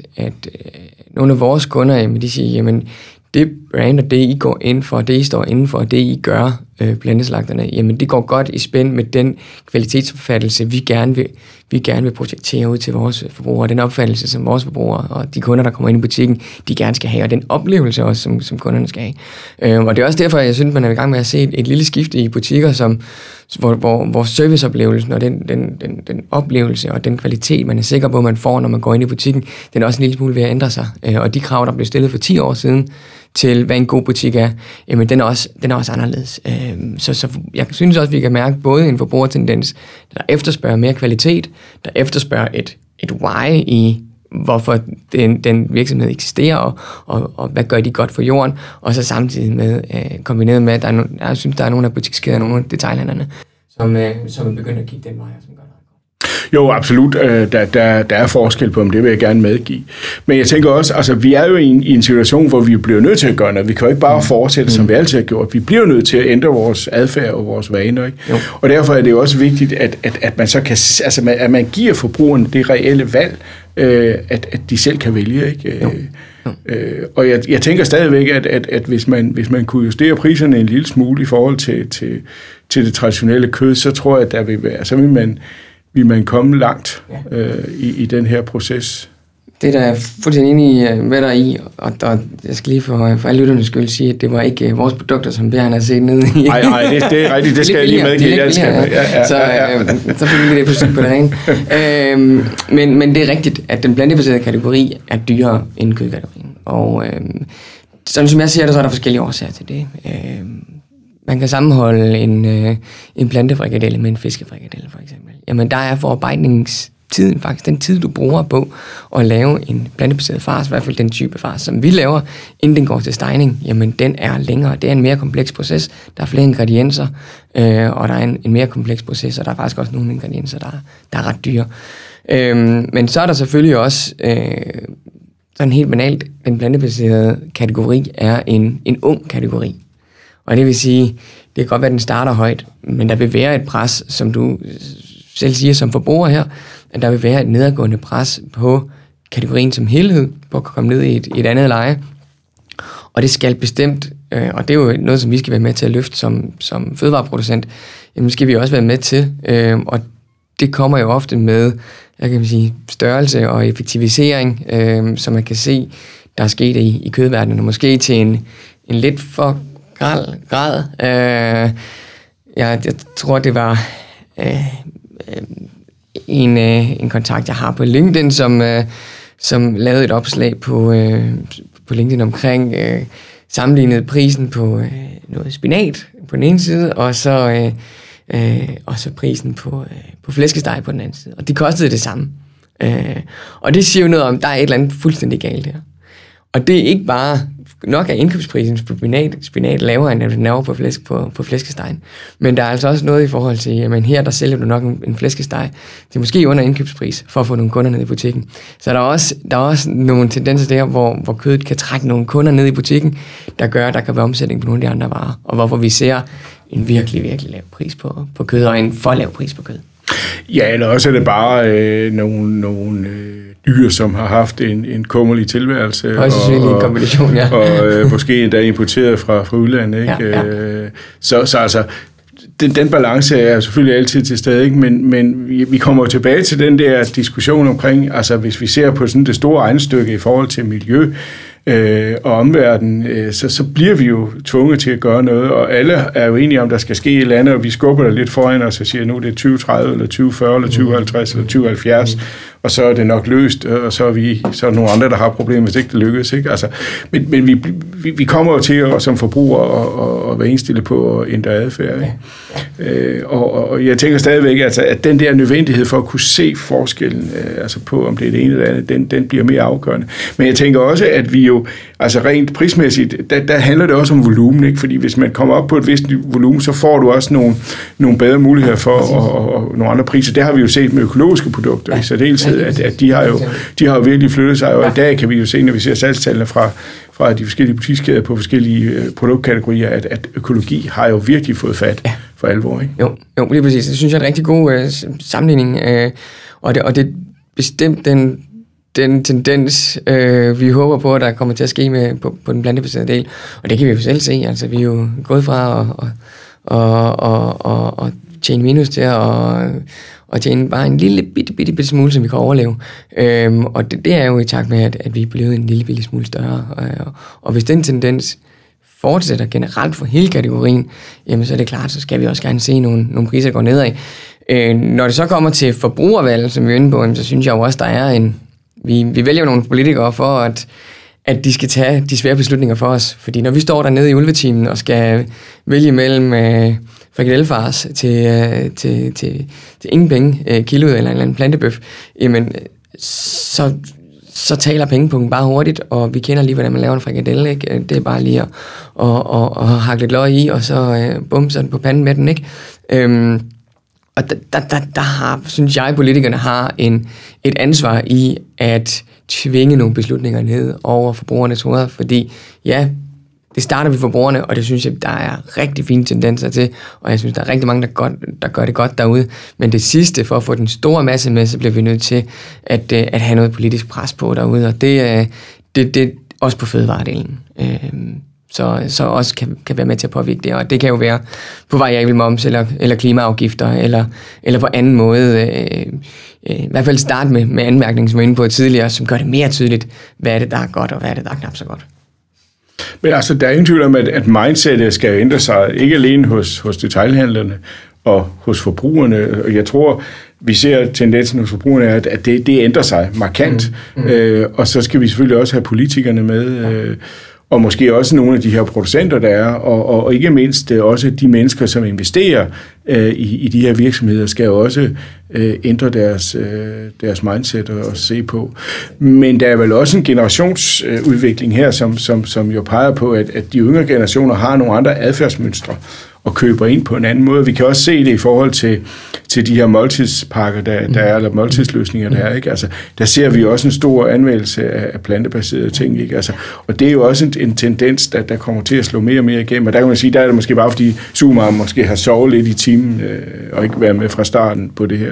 nogle af vores kunder, jamen, de siger, jamen, det brand og det, I går ind for, det I står inden for, det I gør, planteslagterne, jamen det går godt i spænd med den kvalitetsopfattelse, vi gerne vil projektere ud til vores forbrugere, den opfattelse, som vores forbrugere og de kunder, der kommer ind i butikken, de gerne skal have, og den oplevelse også, som kunderne skal have. Og det er også derfor, jeg synes, man er i gang med at se et lille skifte i butikker, hvor serviceoplevelsen og den oplevelse og den kvalitet, man er sikker på, man får, når man går ind i butikken, den er også en lille smule ved at ændre sig. Og de krav, der blev stillet for 10 år siden, til hvad en god butik er, jamen den er også anderledes. Så jeg synes også, vi kan mærke både en forbrugertendens, der efterspørger mere kvalitet, der efterspørger et why i, hvorfor den virksomhed eksisterer, og hvad gør de godt for jorden, og så samtidig med, kombineret med, at jeg synes, der er nogle af butikskæderne, nogle af detailhandlerne, som er begyndt at kigge den vej, som gør det. Jo, absolut. Der er forskel på dem, det vil jeg gerne medgive. Men jeg tænker også, altså vi er jo i en situation, hvor vi bliver nødt til at gøre noget. Vi kan jo ikke bare fortsætte, som vi altid har gjort. Vi bliver nødt til at ændre vores adfærd og vores vaner. Ikke? Og derfor er det jo også vigtigt, at man så kan, altså at man giver forbrugerne det reelle valg, at de selv kan vælge. Ikke? Og jeg tænker stadigvæk, at hvis man kunne justere priserne en lille smule i forhold til det traditionelle kød, så tror jeg, at vil man komme langt i den her proces. Det der er fuldstændig enig med dig i, og jeg skal lige for alle lytternes skyld sige, at det var ikke vores produkter, som Bjørn har set nede i. Nej, det er rigtigt, det skal jeg lige medgive. Så fik vi det pludselig på det rene. Men det er rigtigt, at den plantebaserede kategori er dyrere end kødkategorien. Og sådan som jeg ser det, så er der forskellige årsager til det. Man kan sammenholde en plantefrikadelle med en fiskefrikadelle, for eksempel. Jamen, der er forarbejdningstiden faktisk, den tid, du bruger på at lave en plantebaseret fars, i hvert fald den type fars, som vi laver, inden den går til stegning, jamen, den er længere. Det er en mere kompleks proces. Der er flere ingredienser, og der er en mere kompleks proces, og der er faktisk også nogle ingredienser, der er ret dyre. Men så er der selvfølgelig også, sådan helt banalt, den plantebaserede kategori er en ung kategori. Og det vil sige, det kan godt være, at den starter højt, men der vil være et pres, som du selv siger som forbruger her, at der vil være et nedadgående pres på kategorien som helhed, på at komme ned i et andet leje. Og det skal bestemt, og det er jo noget, som vi skal være med til at løfte som fødevareproducent, jamen skal vi også være med til, og det kommer jo ofte med, jeg kan sige, størrelse og effektivisering, som man kan se, der er sket i kødverdenen, og måske til en lidt for grad. Jeg tror, det var en kontakt, jeg har på LinkedIn, som lavede et opslag på LinkedIn omkring sammenlignede prisen på noget spinat på den ene side, og så prisen på flæskesteg på den anden side. Og de kostede det samme. Og det siger jo noget om, der er et eller andet fuldstændig galt her. Og det er ikke bare nok af indkøbsprisen på spinat lavere, end den er over på flæskestegen. Men der er altså også noget i forhold til, jamen her der sælger du nok en flæskesteg til måske under indkøbspris, for at få nogle kunder ned i butikken. Så der er også nogle tendenser der, hvor kødet kan trække nogle kunder ned i butikken, der gør, at der kan være omsætning på nogle af de andre varer. Og hvorfor vi ser en virkelig, virkelig lav pris på kød, og en for lav pris på kød. Ja, eller også er det bare nogle dyr, som har haft en kummerlig tilværelse. Også selvfølgelig en kombination, ja. Og måske endda importeret fra udlandet. Ikke? Ja. Så altså, den balance er selvfølgelig altid til stede, ikke? Men vi kommer jo tilbage til den der diskussion omkring, altså hvis vi ser på sådan det store regnestykke i forhold til miljø, og omverdenen, så bliver vi jo tvunget til at gøre noget, og alle er jo enige om, der skal ske et eller andet, og vi skubber der lidt foran os og siger, nu er det 2030, eller 2040, eller 2050, eller 2070, og så er det nok løst, og så er nogle andre, der har problemer, hvis ikke det lykkes. Ikke? Altså, men vi kommer jo til at, som forbrugere at være indstillet på at ændre adfærd. Ikke? Og jeg tænker stadigvæk, altså, at den der nødvendighed for at kunne se forskellen altså på, om det er det ene eller andet, den bliver mere afgørende. Men jeg tænker også, at vi jo, altså rent prismæssigt, der handler det også om volumen, ikke? Fordi hvis man kommer op på et vist volumen, så får du også nogle bedre muligheder for og nogle andre priser. Det har vi jo set med økologiske produkter i særdeleshed, at de har jo virkelig flyttet sig, og i dag kan vi jo se, når vi ser salgstallene fra de forskellige butikskæder på forskellige produktkategorier, at økologi har jo virkelig fået fat for alvor, ikke? Jo, lige præcis. Det synes jeg er en rigtig god sammenligning, og det er bestemt den tendens, vi håber på, at der kommer til at ske på den plantebaserede del, og det kan vi jo selv se. Altså, vi er jo gået fra at tjene minus til at tjene bare en lille bitte smule, som vi kan overleve. Og det er jo i takt med, at vi er blevet en lille smule større. Og hvis den tendens fortsætter generelt for hele kategorien, jamen så er det klart, så skal vi også gerne se nogle priser gå nedad. Når det så kommer til forbrugervalg, som vi er inde på, så synes jeg jo også, der er vi vælger nogle politikere for, at de skal tage de svære beslutninger for os. Fordi når vi står dernede i ulvetimen og skal vælge mellem frikadellefars til ingen penge kiloet eller en eller anden plantebøf, jamen så taler pengepunkten bare hurtigt, og vi kender lige, hvordan man laver en frikadelle, ikke? Det er bare lige at hakke lidt løg i, og så bum, så den på panden med den, ikke? Og der har, synes jeg, politikerne har et ansvar i at tvinge nogle beslutninger ned over forbrugernes hoveder, fordi ja, det starter ved forbrugerne, og det synes jeg, der er rigtig fine tendenser til, og jeg synes, der er rigtig mange, der gør det godt derude, men det sidste, for at få den store masse med, så bliver vi nødt til at have noget politisk pres på derude, og det er også på fødevaredelen. Så også kan være med til at påvirke det, og det kan jo være på variabel moms, eller klimaafgifter, eller på anden måde. I hvert fald starte med anmærkningen, som vi var inde på tidligere, som gør det mere tydeligt, hvad er det, der er godt, og hvad er det, der er knap så godt. Men altså, der er ingen tvivl om, at mindsetet skal ændre sig, ikke alene hos detailhandlerne og hos forbrugerne. Og jeg tror, vi ser tendensen hos forbrugerne, at det ændrer sig markant. Og så skal vi selvfølgelig også have politikerne med, og måske også nogle af de her producenter, der er, og ikke mindst også de mennesker, som investerer i de her virksomheder, skal jo også ændre deres mindset og se på. Men der er vel også en generationsudvikling her, som jo peger på, at de yngre generationer har nogle andre adfærdsmønstre og køber ind på en anden måde. Vi kan også se det i forhold til de her måltidspakker, der er, eller måltidsløsninger, der er, ikke? Altså, der ser vi også en stor anvendelse af plantebaserede ting, ikke? Altså, og det er jo også en tendens, der kommer til at slå mere og mere igennem. Og der kan man sige, der er det måske bare, fordi Supermarked måske har sovet lidt i timen, og ikke været med fra starten på det her.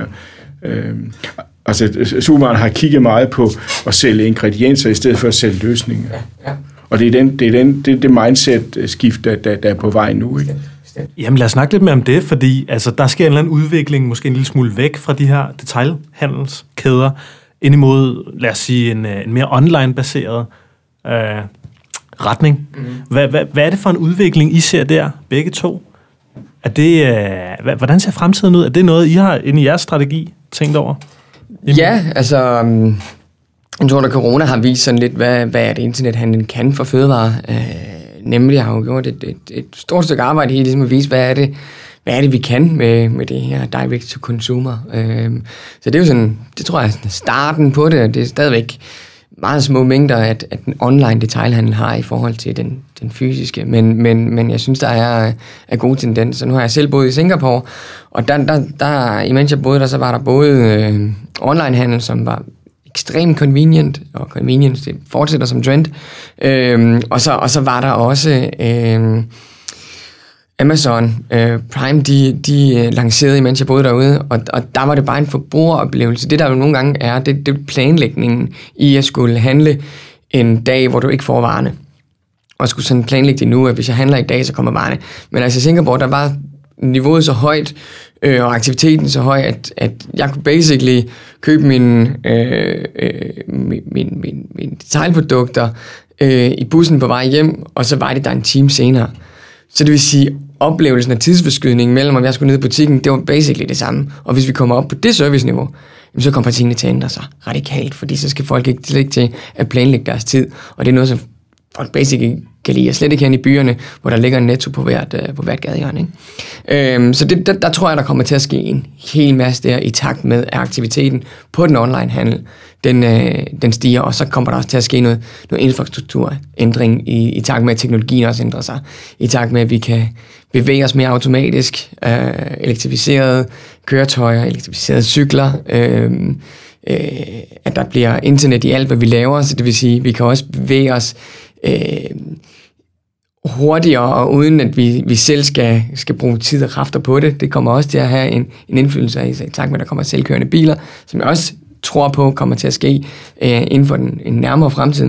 Altså, Supermarked har kigget meget på at sælge ingredienser, i stedet for at sælge løsninger. Ja. Og det er det mindset-skift, der er på vej nu, ikke? Jamen lad os snakke lidt mere om det, fordi altså, der sker en eller anden udvikling, måske en lille smule væk fra de her detailhandelskæder, ind imod, lad os sige, en mere online-baseret retning. Hvad er det for en udvikling, I ser der, begge to? Er det, hvordan ser fremtiden ud? Er det noget, I har inde i jeres strategi tænkt over? Ja, altså, jeg tror, at corona har vist sådan lidt, hvad er det internethandlen kan for fødevarer. Nemlig har jo gjort et stort stykke arbejde i ligesom at vise, hvad er det vi kan med det her direct to consumer. Så det er jo sådan, det tror jeg er starten på det. Det er stadigvæk meget små mængder, at den online detailhandel har i forhold til den fysiske. Men jeg synes, der er gode tendenser. Nu har jeg selv boet i Singapore, og der imens jeg boede der, så var der både onlinehandel, som var ekstremt convenient, og convenience det fortsætter som trend. Og så var der også Amazon Prime, de lancerede, imens jeg boede derude, og der var det bare en forbrugeroplevelse. Det der jo nogle gange er, det er planlægningen i at skulle handle en dag, hvor du ikke får varerne. Og skulle sådan planlægge det nu, at hvis jeg handler i dag, så kommer varerne. Men altså i Singapore, der var niveauet så højt, og aktiviteten så høj, at jeg kunne basically købe mine detailprodukter i bussen på vej hjem, og så var det der en time senere. Så det vil sige, oplevelsen af tidsforskydningen mellem, om jeg skulle ned i butikken, det var basically det samme. Og hvis vi kommer op på det serviceniveau, så kommer tingene til at ændre sig radikalt, fordi så skal folk ikke til at planlægge deres tid. Og det er noget, som folk basically kan lide. Slet ikke hen i byerne, hvor der ligger en Netto på hvert gadehjørne, ikke? Så der tror jeg, der kommer til at ske en hel masse der i takt med aktiviteten på den online handel. Den stiger, og så kommer der også til at ske noget infrastrukturændring i takt med, at teknologien også ændrer sig. I takt med, at vi kan bevæge os mere automatisk, elektrificerede køretøjer, elektrificerede cykler, at der bliver internet i alt, hvad vi laver, så det vil sige, at vi kan også bevæge os hurtigere, og uden at vi selv skal bruge tid og kræfter på det. Det kommer også til at have en indflydelse af, i takt med, at der kommer selvkørende biler, som jeg også tror på kommer til at ske inden for en nærmere fremtid.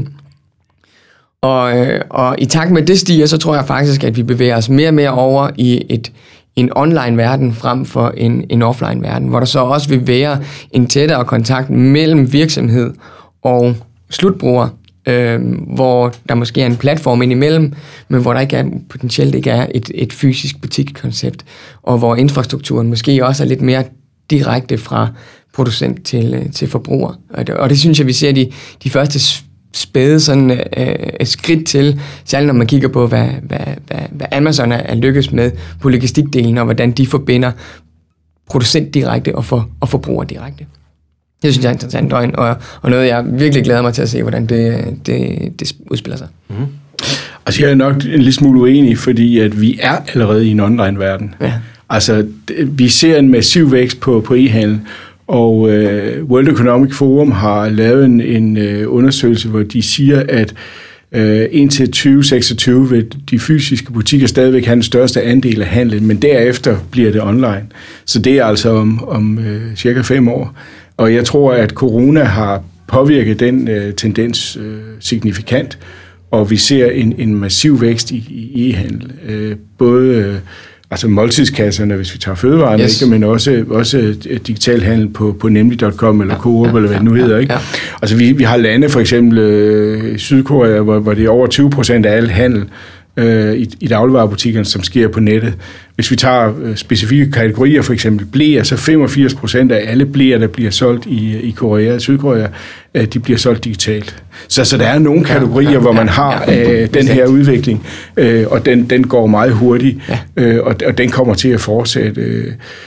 Og i takt med det stiger, så tror jeg faktisk, at vi bevæger os mere og mere over i en online-verden frem for en offline-verden, hvor der så også vil være en tættere kontakt mellem virksomhed og slutbruger, hvor der måske er en platform indimellem, men hvor der ikke potentielt ikke er et fysisk butikkoncept, og hvor infrastrukturen måske også er lidt mere direkte fra producent til forbruger. Og det synes jeg, vi ser de første spæde sådan skridt til, særligt når man kigger på, hvad Amazon er lykkes med på logistikdelen, og hvordan de forbinder producent direkte og forbruger direkte. Det synes jeg er interessant, og noget, jeg virkelig glæder mig til at se, hvordan det udspiller sig. Mm. Altså, jeg er nok en lille smule uenig, fordi at vi er allerede i en online-verden. Ja. Altså, vi ser en massiv vækst på e-handel, og World Economic Forum har lavet en undersøgelse, hvor de siger, at indtil 2026 vil de fysiske butikker stadigvæk have den største andel af handlen, men derefter bliver det online. Så det er altså om cirka 5 år. Og jeg tror, at corona har påvirket den tendens signifikant, og vi ser en massiv vækst i e-handel. Både altså måltidskasserne, hvis vi tager fødevarene, yes. Ikke, men også digital handel på nemlig.com eller Coop, eller hvad det nu hedder. Ikke? Ja. Altså vi har lande, for eksempel Sydkorea, hvor det er over 20% af al handel i dagligvarebutikkerne, som sker på nettet. Hvis vi tager specifikke kategorier, for eksempel bleer, så 85% af alle bleer, der bliver solgt i Korea, Sydkorea, de bliver solgt digitalt. Så der er nogle kategorier, hvor man har den her udvikling, og den går meget hurtigt, og den kommer til at fortsætte.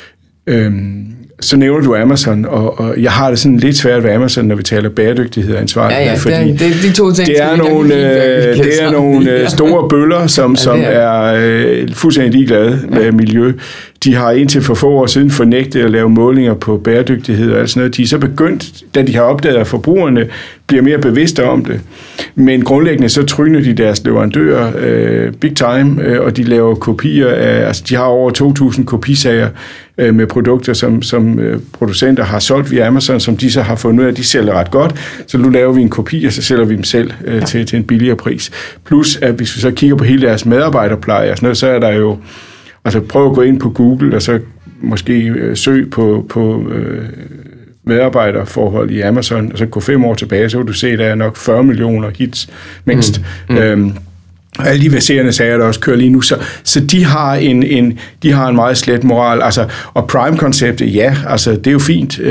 Så nævner du Amazon, og jeg har det sådan lidt svært ved Amazon, når vi taler bæredygtighed og ansvarlighed, fordi de to ting, det er nogle store bøller, som er fuldstændig ligeglade med miljø. De har indtil for få år siden fornægtet at lave målinger på bæredygtighed og alt sådan noget. De er så begyndt, da de har opdaget, at forbrugerne bliver mere bevidste om det. Men grundlæggende så tryner de deres leverandører big time, og de laver kopier af, altså de har over 2.000 kopisager med produkter, som producenter har solgt via Amazon, som de så har fundet ud af, at de sælger ret godt. Så nu laver vi en kopi, og så sælger vi dem selv til en billigere pris. Plus, at hvis vi så kigger på hele deres medarbejderpleje og sådan noget, så er der jo, altså prøv at gå ind på Google, og så måske søg på medarbejderforhold i Amazon, og så gå 5 år tilbage, så vil du se, at der er nok 40 millioner hits mindst. Alle de verserende sager, der også kører lige nu, så de har en meget slet moral, altså, og Prime-konceptet, ja, altså, det er jo fint,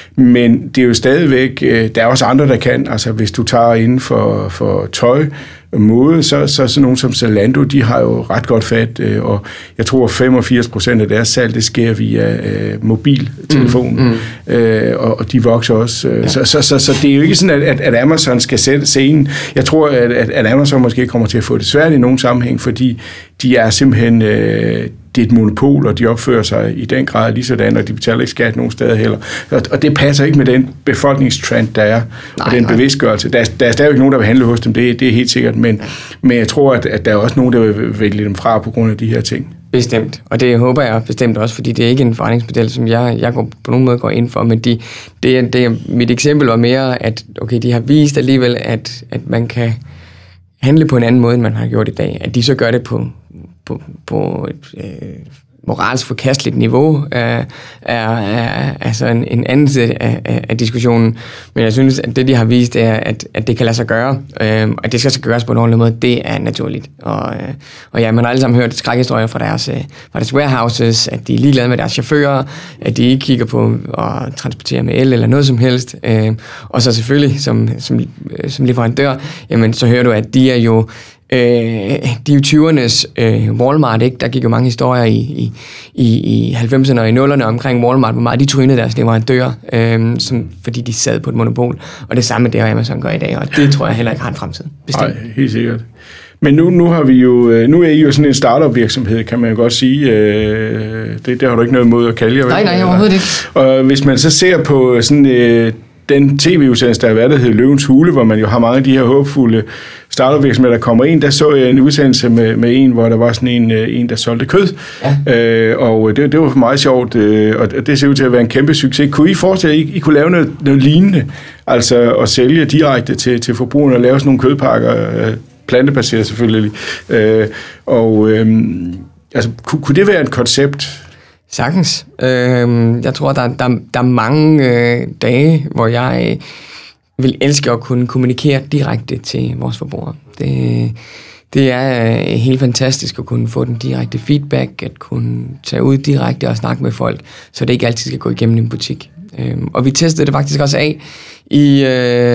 men det er jo stadigvæk, der er også andre, der kan, altså, hvis du tager inden for tøj, måde, så sådan nogen som Zalando, de har jo ret godt fat, og jeg tror 85% af deres salg, det sker via mobiltelefonen, og de vokser også. Så det er jo ikke sådan, at Amazon skal sætte scenen. Jeg tror, at Amazon måske kommer til at få det svært i nogen sammenhæng, fordi de er simpelthen... det er et monopol, og de opfører sig i den grad lige sådan, og de betaler ikke skat nogen steder heller. Og det passer ikke med den befolkningstrend, der er, og den bevidstgørelse. Der er stadigvæk nogen, der vil handle hos dem, det er helt sikkert, men jeg tror, at der er også nogen, der vil vælge dem fra på grund af de her ting. Bestemt, og det håber jeg bestemt også, fordi det er ikke en forretningsmodel, som jeg på nogen måde går ind for, men mit eksempel var mere, at okay, de har vist alligevel, at man kan handle på en anden måde, end man har gjort i dag. At de så gør det på et moralsk forkasteligt niveau er sådan en anden side af diskussionen. Men jeg synes, at det, de har vist, er, at det kan lade sig gøre, og det skal så gøres på en ordentlig måde. Det er naturligt. Og ja, man har alle sammen hørt skrækhistorier fra deres warehouses, at de er ligeglade med deres chauffører, at de ikke kigger på at transportere med el eller noget som helst. Og så selvfølgelig som leverandør, jamen så hører du, at de er jo 20'ernes Walmart, ikke? Der gik jo mange historier i 90'erne og i 0'erne omkring Walmart, hvor meget de trynede deres leverandører, fordi de sad på et monopol. Og det samme, det har Amazon gør i dag, og det tror jeg heller ikke har en fremtid. Nej, helt sikkert. Men nu er I jo sådan en startup virksomhed, kan man jo godt sige. Det har du ikke noget imod at kalde jer. Nej, overhovedet ikke. Og hvis man så ser på sådan den tv-udsendelse, der har været, der hedder Løvens Hule, hvor man jo har mange af de her håbfulde startup-virksomheder, der kommer ind, der så jeg en udsendelse med en, hvor der var sådan en der solgte kød. Ja. Og det var meget sjovt, og det ser ud til at være en kæmpe succes. Kunne I forestille, at I kunne lave noget lignende, altså at sælge direkte til forbrugerne og lave sådan nogle kødpakker, plantebaseret selvfølgelig, altså kunne det være et koncept? Sagtens. Jeg tror, der er mange dage, hvor jeg vil elske at kunne kommunikere direkte til vores forbrugere. Det er helt fantastisk at kunne få den direkte feedback, at kunne tage ud direkte og snakke med folk, så det ikke altid skal gå igennem en butik. Og vi testede det faktisk også af i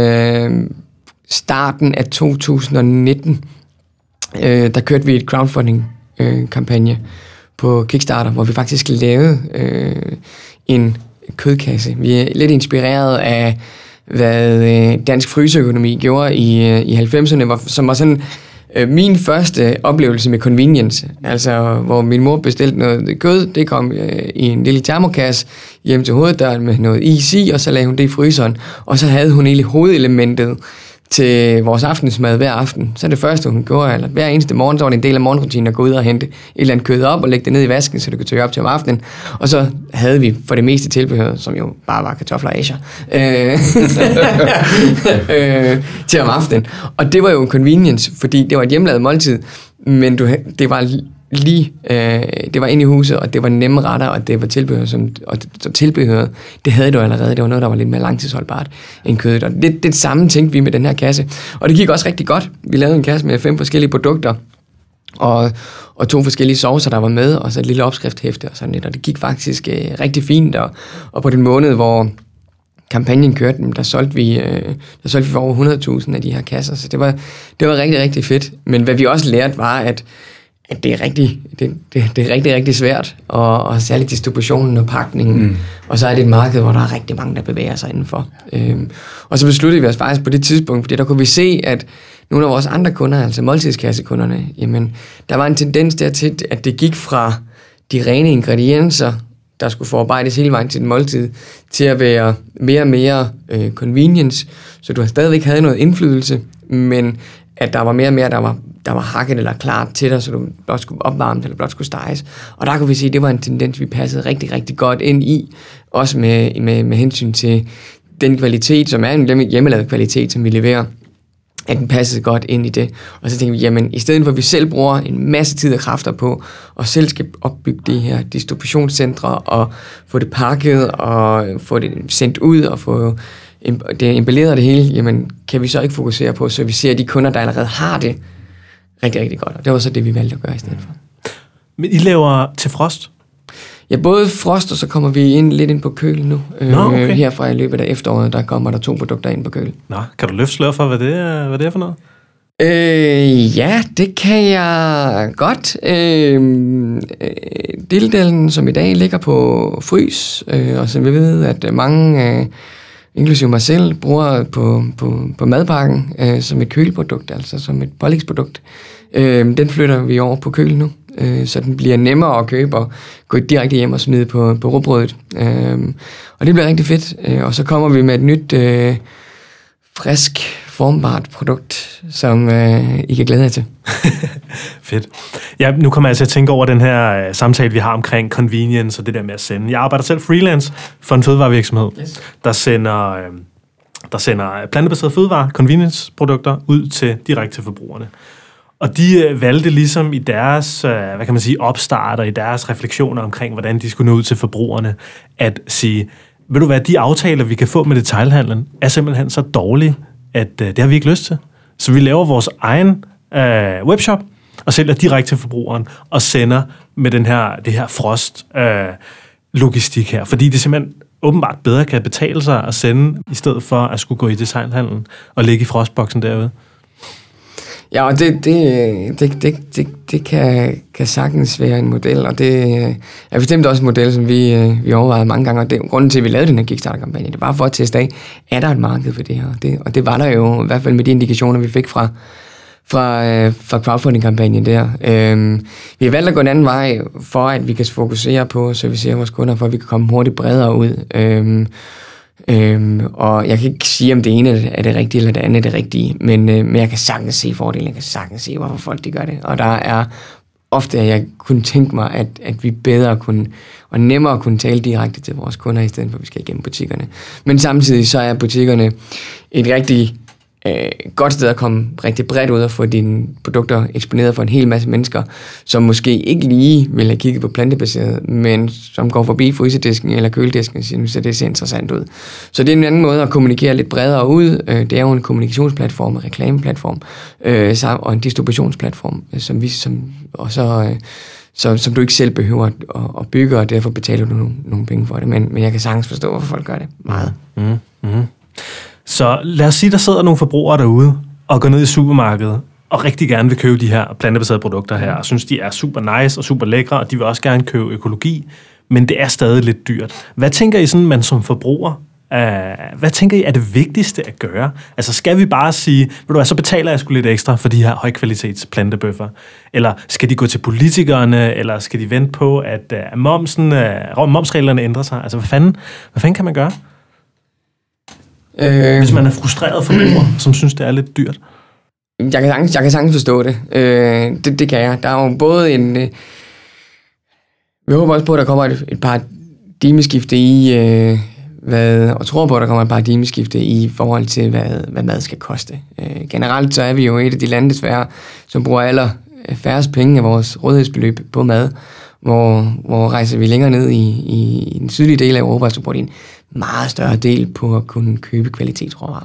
starten af 2019. Der kørte vi et crowdfunding-kampagne på Kickstarter, hvor vi faktisk lavede en kødkasse. Vi er lidt inspireret af, hvad dansk fryseøkonomi gjorde i 90'erne, som var sådan min første oplevelse med convenience. Altså, hvor min mor bestilte noget kød, det kom i en lille termokasse hjem til hoveddøren med noget is i, og så lagde hun det i fryseren, og så havde hun egentlig hovedelementet til vores aftensmad hver aften. Så det første, hun gjorde, eller hver eneste morgen, så var det en del af morgenrutinen at gå ud og hente et eller andet kød op og lægge det ned i vasken, så det kunne tørre op til om aftenen. Og så havde vi for det meste tilbehør, som jo bare var kartofler og asher, til om aftenen. Og det var jo en convenience, fordi det var et hjemmelavet måltid, men det var det var inde i huset, og det var nemme retter, og det var tilbehør, så tilbehøret, det havde du allerede. Det var noget, der var lidt mere langtidsholdbart end kødet. Og det samme tænkte vi med den her kasse. Og det gik også rigtig godt. Vi lavede en kasse med 5 forskellige produkter, og 2 forskellige saucer, der var med, og så et lille opskrifthæfte og sådan lidt. Og det gik faktisk rigtig fint, og på den måned, hvor kampagnen kørte, der solgte vi for over 100.000 af de her kasser, så det var rigtig, rigtig fedt. Men hvad vi også lærte, var, at det er rigtig, rigtig svært, og særligt distributionen og pakningen. Og så er det et marked, hvor der er rigtig mange, der bevæger sig indenfor. Og så besluttede vi os faktisk på det tidspunkt, fordi der kunne vi se, at nogle af vores andre kunder, altså måltidskassekunderne, jamen, der var en tendens dertil, at det gik fra de rene ingredienser, der skulle forarbejdes hele vejen til den måltid, til at være mere og mere convenience, så du stadigvæk havde noget indflydelse, men at der var mere og mere, der var hakket eller klart til dig, så du blot skulle opvarmes eller blot skulle steges. Og der kunne vi sige, at det var en tendens, vi passede rigtig, rigtig godt ind i, også med hensyn til den kvalitet, som er en hjemmelavet kvalitet, som vi leverer, at den passede godt ind i det. Og så tænkte vi, jamen i stedet for at vi selv bruger en masse tid og kræfter på, og selv skal opbygge de her distributionscentre, og få det pakket, og få det sendt ud, og få det emballeret det hele, jamen kan vi så ikke fokusere på, så vi ser de kunder, der allerede har det rigtig, rigtig godt. Og det var så det, vi valgte at gøre i stedet for. Men I laver til frost? Ja, både frost, og så kommer vi lidt ind på køl nu. Okay. Herfra i løbet af efteråret, der kommer der 2 produkter ind på køl. Nå, kan du løfte slør for, hvad det er for noget? Ja, det kan jeg godt. Dildelen, som i dag ligger på frys, og som vi ved, at mange, inklusive mig selv, bruger på madpakken som et køleprodukt, altså som et pålægsprodukt. Den flytter vi over på køl nu, så den bliver nemmere at købe og gå direkte hjem og smide på rugbrødet. Og det bliver rigtig fedt. Og så kommer vi med et nyt, frisk, formbart produkt, som I kan glæde jer til. Fedt. Ja, nu kommer jeg til at tænke over den her samtale, vi har omkring convenience og det der med at sende. Jeg arbejder selv freelance for en fødevarevirksomhed, yes, der sender plantebaserede fødevarer, convenience-produkter, ud til direkte til forbrugerne. Og de valgte ligesom i deres, hvad kan man sige, opstart og i deres refleksioner omkring, hvordan de skulle nå ud til forbrugerne, at sige, ved du hvad, de aftaler, vi kan få med detailhandlen, er simpelthen så dårlige, at det har vi ikke lyst til. Så vi laver vores egen webshop og sælger direkte til forbrugeren og sender med det her frost logistik her, fordi det simpelthen åbenbart bedre kan betale sig at sende, i stedet for at skulle gå i detailhandlen og ligge i frostboksen derude. Ja, og det kan sagtens være en model, og det er bestemt også en model, som vi overvejede mange gange, og det, grunden til, at vi lavede den her Kickstarter-kampagne, det var for at teste af, er der et marked for det her? Og det var der jo, i hvert fald med de indikationer, vi fik fra crowdfunding-kampagnen der. Vi har valgt at gå en anden vej, for at vi kan fokusere på at servicere vores kunder, for at vi kan komme hurtigt bredere ud. Og jeg kan ikke sige, om det ene er det rigtige, eller det andet er det rigtige, men jeg kan sagtens se fordelen, jeg kan sagtens se, hvorfor folk de gør det. Og der er ofte, at jeg kunne tænke mig, at vi bedre kunne, og nemmere kunne tale direkte til vores kunder, i stedet for at vi skal igennem butikkerne. Men samtidig så er butikkerne et rigtig godt sted at komme rigtig bredt ud og få dine produkter eksponeret for en hel masse mennesker, som måske ikke lige vil have kigget på plantebaseret, men som går forbi fryserdisken eller køledisken og siger, så det ser interessant ud. Så det er en anden måde at kommunikere lidt bredere ud. Det er jo en kommunikationsplatform, en reklameplatform og en distributionsplatform, som du ikke selv behøver at bygge, og derfor betaler du nogle penge for det. Men jeg kan sagtens forstå, hvorfor folk gør det meget. Så lad os sige, der sidder nogle forbrugere derude og går ned i supermarkedet og rigtig gerne vil købe de her plantebaserede produkter her, og synes, de er super nice og super lækre, og de vil også gerne købe økologi, men det er stadig lidt dyrt. Hvad tænker I sådan, man som forbruger, hvad tænker I er det vigtigste at gøre? Altså skal vi bare sige, ved du hvad, så betaler jeg sgu lidt ekstra for de her højkvalitets plantebøffer? Eller skal de gå til politikerne, eller skal de vente på, at momsreglerne ændrer sig? Altså hvad fanden kan man gøre? Hvis man er frustreret forbruger, som synes, det er lidt dyrt. Jeg kan sagtens forstå det. Det kan jeg. Der er jo både en... Vi håber også på, at der kommer et paradigmeskifte i... og tror på, at der kommer et paradigmeskifte i forhold til, hvad mad skal koste. Generelt så er vi jo et af de lande, desværre, som bruger færrest penge af vores rådighedsbeløb på mad. Hvor rejser vi længere ned i den sydlige del af Europa, så bruger de en meget større del på at kunne købe kvalitetsråvarer.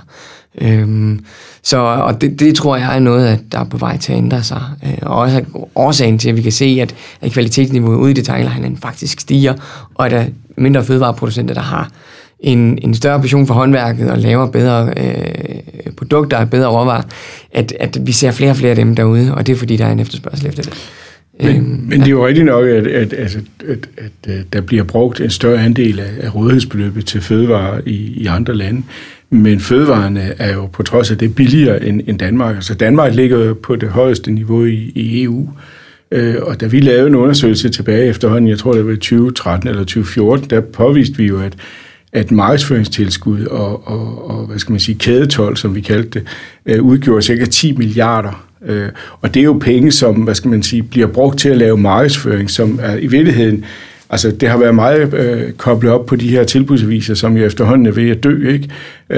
Og det tror jeg er noget, der er på vej til at ændre sig. Og også årsagen til, at vi kan se, at kvalitetsniveauet ude i detailhandlen faktisk stiger, og at der er mindre fødevareproducenter, der har en større passion for håndværket og laver bedre produkter og bedre råvarer, at vi ser flere og flere af dem derude, og det er fordi, der er en efterspørgsel efter det. Men det er jo rigtigt nok, at der bliver brugt en større andel af rådighedsbeløbet til fødevarer i andre lande. Men fødevarene er jo på trods af det billigere end Danmark. Altså Danmark ligger på det højeste niveau i EU. Og da vi lavede en undersøgelse tilbage efterhånden, jeg tror det var i 2013 eller 2014, der påviste vi jo, at markedsføringstilskud og hvad skal man sige, kædetol, som vi kaldte det, udgjorde ca. 10 milliarder. Og det er jo penge, som, hvad skal man sige, bliver brugt til at lave markedsføring, som er i virkeligheden, altså det har været meget koblet op på de her tilbudsaviser, som jo efterhånden er ved at dø, ikke?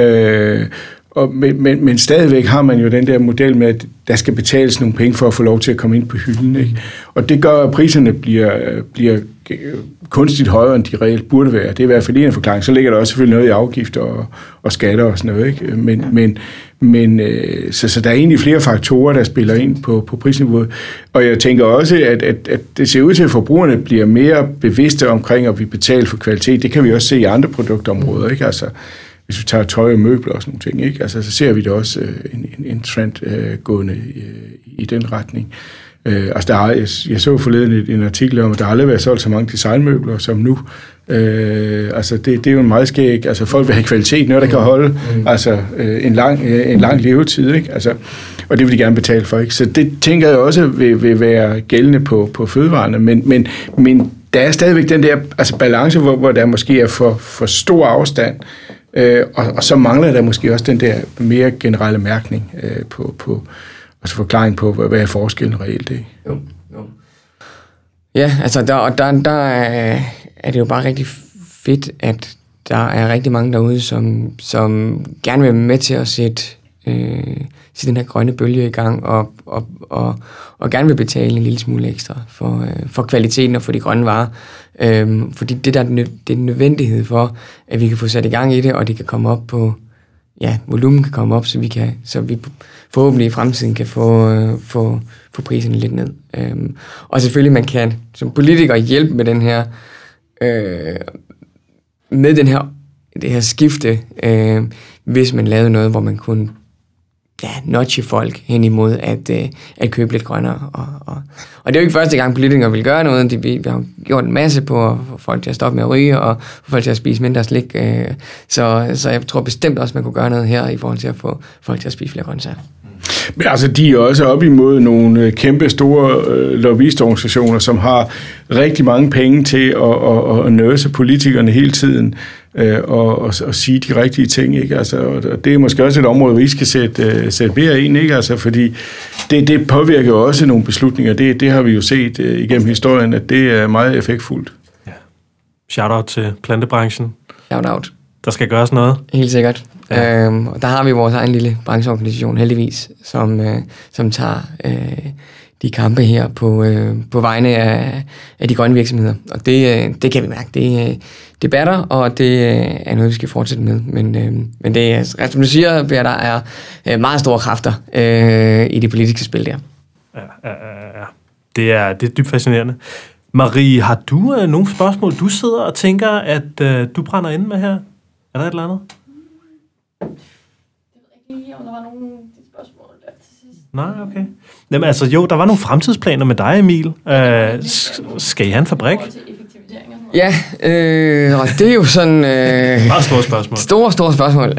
Men stadigvæk har man jo den der model med, at der skal betales nogle penge for at få lov til at komme ind på hylden, ikke? Og det gør, at priserne bliver kunstigt højere, end de reelt burde være. Det er i hvert fald en forklaring. Så ligger der også selvfølgelig noget i afgifter og skatter og sådan noget, ikke? Så der er egentlig flere faktorer, der spiller ind på prisniveauet. Og jeg tænker også, at det ser ud til, at forbrugerne bliver mere bevidste omkring, at vi betaler for kvalitet. Det kan vi også se i andre produktområder, ikke? Altså hvis vi tager tøj og møbler og sådan nogle ting, ikke? Altså, så ser vi det også en trend gående i den retning. Altså, jeg så forleden en artikel om, at der aldrig været solgt så mange designmøbler som nu. Altså, det er jo en meget skæg. Altså, folk vil have kvalitet, noget der kan holde altså, en lang levetid, ikke? Altså, og det vil de gerne betale for, ikke? Så det tænker jeg også vil være gældende på fødevarene, men der er stadigvæk den der altså balance, hvor der måske er for stor afstand, og så mangler der måske også den der mere generelle mærkning på altså forklaring på, hvad er forskellen reelt, ikke? Jo. Ja, altså der er det jo bare rigtig fedt, at der er rigtig mange derude, som gerne vil være med til at sætte den her grønne bølge i gang, og gerne vil betale en lille smule ekstra for kvaliteten og for de grønne varer. Fordi det er en nødvendighed for, at vi kan få sat i gang i det, og det kan komme op på, volumen kan komme op, så vi forhåbentlig i fremtiden kan få priserne lidt ned. Og selvfølgelig man kan som politiker hjælpe med det her skifte, hvis man lavede noget, hvor man kunne nudge folk hen imod at købe lidt grønnere. Og det er jo ikke første gang, politikere vil gøre noget. Vi har gjort en masse på at få folk til at stoppe med at ryge, og få folk til at spise mindre slik. Så jeg tror bestemt også, man kunne gøre noget her i forhold til at få folk til at spise flere grøntsager. Men altså, de er også op imod nogle kæmpe store lobbyistorganisationer, som har rigtig mange penge til at nøse politikerne hele tiden og sige de rigtige ting, ikke? Altså, og det er måske også et område, hvor I skal sætte mere ind, ikke? Altså, fordi det påvirker jo også nogle beslutninger. Det har vi jo set igennem historien, at det er meget effektfuldt. Ja. Shout-out til plantebranchen. Shout-out. Der skal gøres noget. Helt sikkert. Ja. Og der har vi vores egen lille brancheorganisation, heldigvis, som tager de kampe her på vegne af de grønne virksomheder. Og det kan vi mærke. Det batter, og det er noget, vi skal fortsætte med. Men det er, som du siger, der er meget store kræfter i det politiske spil der. Ja. Det er dybt fascinerende. Marie, har du nogle spørgsmål, du sidder og tænker, at du brænder inde med her? Er der et eller andet? Jeg ved ikke lige, om der var nogle spørgsmål der til sidst. Nej, okay. Jamen altså, jo, der var nogle fremtidsplaner med dig, Emil. Skal I have en fabrik? Ja, og det er jo sådan... Meget store spørgsmål. Store spørgsmål.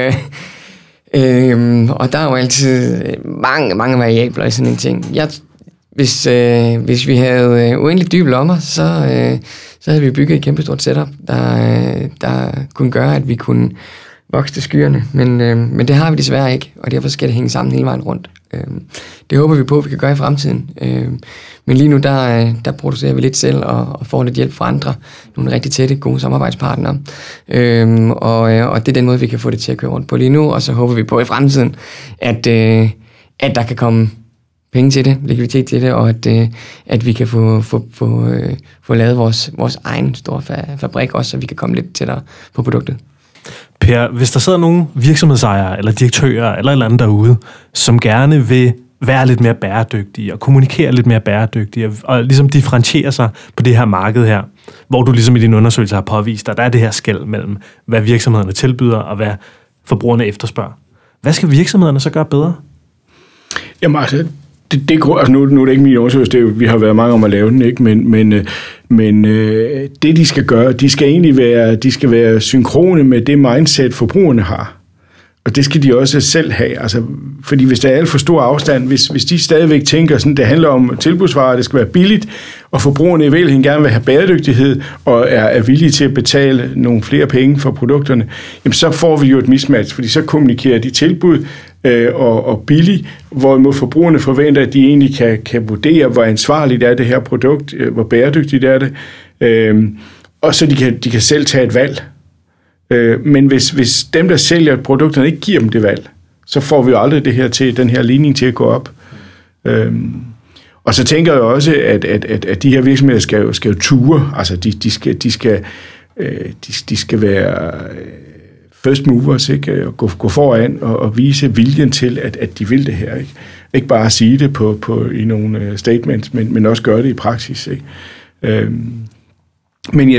Og der er jo altid mange variabler i sådan en ting. Hvis vi havde uendelig dybe lommer, så havde vi bygget et kæmpe stort setup, der kunne gøre, at vi kunne vokse til skyerne. Men det har vi desværre ikke, og derfor skal det hænge sammen hele vejen rundt. Det håber vi på, at vi kan gøre i fremtiden. Men lige nu, der producerer vi lidt selv og får lidt hjælp fra andre. Nogle rigtig tætte, gode samarbejdspartnere. Og det er den måde, vi kan få det til at køre rundt på lige nu. Og så håber vi på i fremtiden, at der kan komme penge til det, likviditet til det, og at vi kan få lavet vores egen store fabrik også, så vi kan komme lidt tættere på produktet. Per, hvis der sidder nogle virksomhedsejere eller direktører eller et eller andet derude, som gerne vil være lidt mere bæredygtige og kommunikere lidt mere bæredygtige og ligesom differentiere sig på det her marked her, hvor du ligesom i din undersøgelse har påvist, at der er det her skel mellem, hvad virksomhederne tilbyder og hvad forbrugerne efterspørger. Hvad skal virksomhederne så gøre bedre? Jamen altså, nu er det ikke min undersøgelse, vi har været mange om at lave den, ikke? Men det de skal gøre, de skal være synkrone med det mindset forbrugerne har. Og det skal de også selv have. Altså, fordi hvis der er alt for stor afstand, hvis de stadigvæk tænker sådan, det handler om tilbudsvarer, det skal være billigt, og forbrugerne i virkeligheden gerne vil have bæredygtighed, og er villige til at betale nogle flere penge for produkterne, jamen så får vi jo et mismatch, fordi så kommunikerer de tilbud og billigt, hvorimod forbrugerne forventer, at de egentlig kan vurdere, hvor ansvarligt er det her produkt, hvor bæredygtigt er det, og så de kan selv tage et valg. Men hvis dem, der sælger produkterne, ikke giver dem det valg, så får vi jo aldrig den her ligning til at gå op. Og så tænker jeg også, at de her virksomheder skal jo ture. Altså, de skal være first movers, ikke? Og gå foran og vise viljen til, at de vil det her. Ikke bare sige det i nogle statements, men også gøre det i praksis. Ikke? Men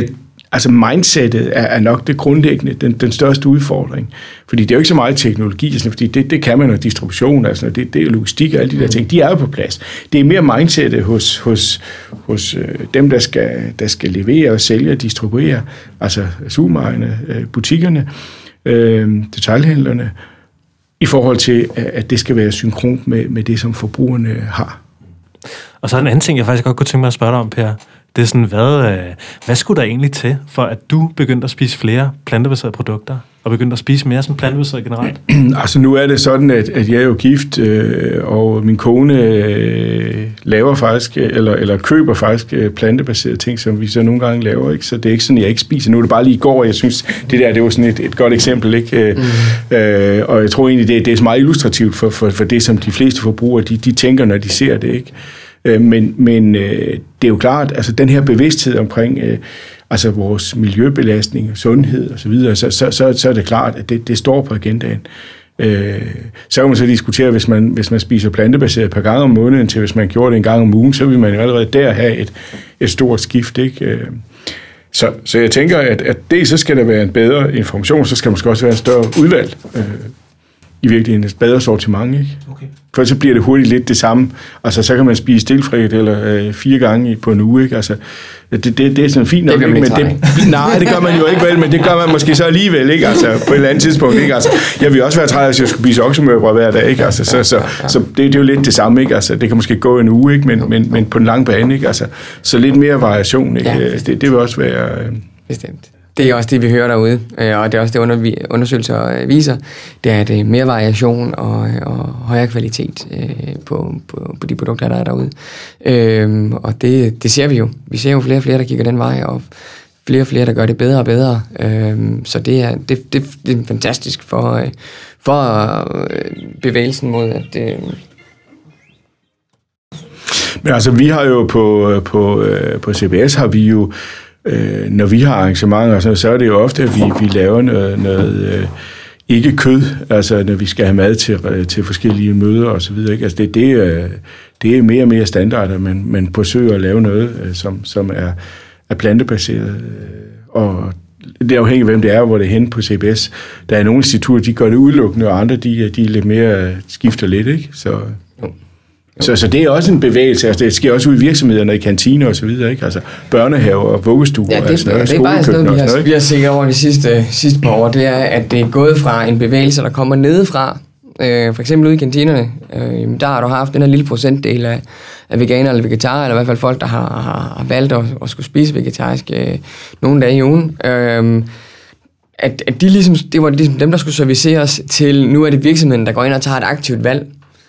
Altså mindsetet er nok det grundlæggende, den største udfordring. Fordi det er jo ikke så meget teknologi, altså, fordi det kan man, og distribution, altså, det er logistik og alle de der ting, de er jo på plads. Det er mere mindsetet hos dem, der skal levere og sælge og distribuere, altså supermarkederne, butikkerne, detailhandlerne, i forhold til, at det skal være synkront med det, som forbrugerne har. Og så en anden ting, jeg faktisk godt kunne tænke mig at spørge dig om, Per. Det er sådan, hvad skulle der egentlig til, for at du begyndte at spise flere plantebaserede produkter, og begyndte at spise mere sådan plantebaseret generelt? Altså nu er det sådan, at jeg er jo gift, og min kone laver faktisk, eller køber faktisk plantebaserede ting, som vi så nogle gange laver, ikke? Så det er ikke sådan, jeg ikke spiser. Nu er det bare lige i går, jeg synes, det var sådan et godt eksempel, ikke? Og jeg tror egentlig, det er så meget illustrativt for det, som de fleste forbrugere, de tænker, når de ser det, ikke? Men det er jo klart, altså den her bevidsthed omkring altså vores miljøbelastning, sundhed og så videre, så er det klart, at det står på agendaen. Så kan man så diskutere, hvis man spiser plantebaseret et par gange om måneden, til hvis man gjorde det en gang om ugen, så vil man jo allerede der have et stort skift, ikke? Så jeg tænker, at så skal der være en bedre information, så skal der måske også være en større udvalg. I virkeligheden et bedre sortiment, ikke? Okay. For så bliver det hurtigt lidt det samme. Altså, så kan man spise stillfrikadeller 4 gange på en uge, ikke? Altså, det er sådan fint nok, ikke? Nej, det gør man jo ikke vel, men det gør man måske så alligevel, ikke? Altså, på et eller andet tidspunkt, ikke? Altså, jeg vil også være træt, hvis jeg skulle spise oksemørbrød hver dag, ikke? Altså, så det er jo lidt det samme, ikke? Altså, det kan måske gå en uge, ikke? Men på en lang bane, ikke? Altså, så lidt mere variation, ikke? Ja. Det vil også være... Bestemt. Det er også det, vi hører derude, og det er også det, undersøgelser viser, det er, at det er mere variation og højere kvalitet på de produkter, der er derude. Og det ser vi jo. Vi ser jo flere og flere, der kigger den vej, og flere og flere, der gør det bedre og bedre. Så det er fantastisk for bevægelsen mod at... Men altså, vi har jo på CBS har vi jo når vi har arrangementer, så er det jo ofte, at vi laver noget ikke kød, altså når vi skal have mad til forskellige møder og så videre, ikke? Altså det er mere og mere standard, at man forsøger at lave noget, som er plantebaseret, og det er afhængigt af, hvem det er, hvor det er henne på CBS. Der er nogle institutter, de gør det udelukkende, og andre, de er lidt mere skifter lidt, ikke? Så det er også en bevægelse. Altså, det sker også ud i virksomhederne, i kantiner og så videre, ikke? Altså børnehaver og vuggestuer. Ja, det er bare sådan noget, vi har set over de sidste par år. Det er, at det er gået fra en bevægelse, der kommer nedefra. For eksempel ude i kantinerne. Der har du haft den her lille procentdel af veganer eller vegetarer, eller i hvert fald folk, der har valgt at skulle spise vegetarisk nogle dage i ugen. At de ligesom, det var ligesom dem, der skulle serviceres til, nu er det virksomheden, der går ind og tager et aktivt valg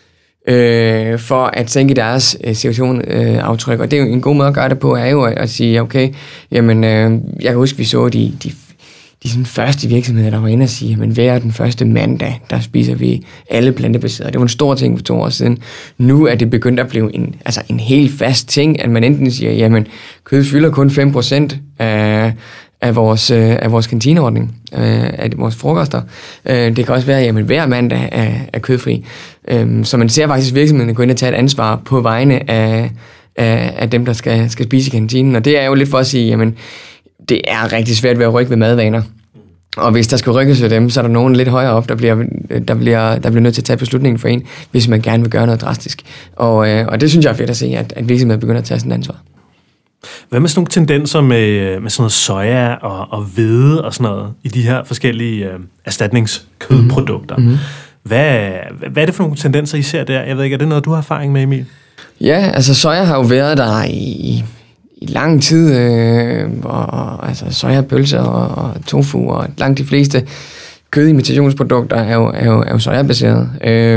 for at sænke deres CO2-aftryk. Og det er jo en god måde at gøre det på, er jo at sige, okay, jamen, jeg kan huske, vi så de sådan første virksomheder, der var inde og sige, jamen hver den første mandag, der spiser vi alle plantebaserede. Det var en stor ting for 2 år siden. Nu er det begyndt at blive en helt fast ting, at man enten siger, jamen kød fylder kun 5% af vores kantineordning, af vores frokoster. Det kan også være, jamen hver mandag er kødfri. Så man ser faktisk virksomheden gå ind og tage et ansvar på vegne af dem, der skal spise i kantinen. Og det er jo lidt for at sige, jamen det er rigtig svært ved at rykke ved madvaner. Og hvis der skal rykkes ved dem, så er der nogen lidt højere op, der bliver nødt til at tage beslutningen for en, hvis man gerne vil gøre noget drastisk. Og det synes jeg er fedt at se, at virksomheden begynder at tage sådan et ansvar. Hvad med sådan nogle tendenser med sådan noget soja og hvede og sådan noget i de her forskellige erstatningskødprodukter? Mm-hmm. Hvad er det for nogle tendenser, I ser der? Jeg ved ikke, er det noget, du har erfaring med, Emil? Ja, altså soja har jo været der i lang tid, altså sojapølser og tofu, og langt de fleste kødimitationsprodukter er jo sojabaseret.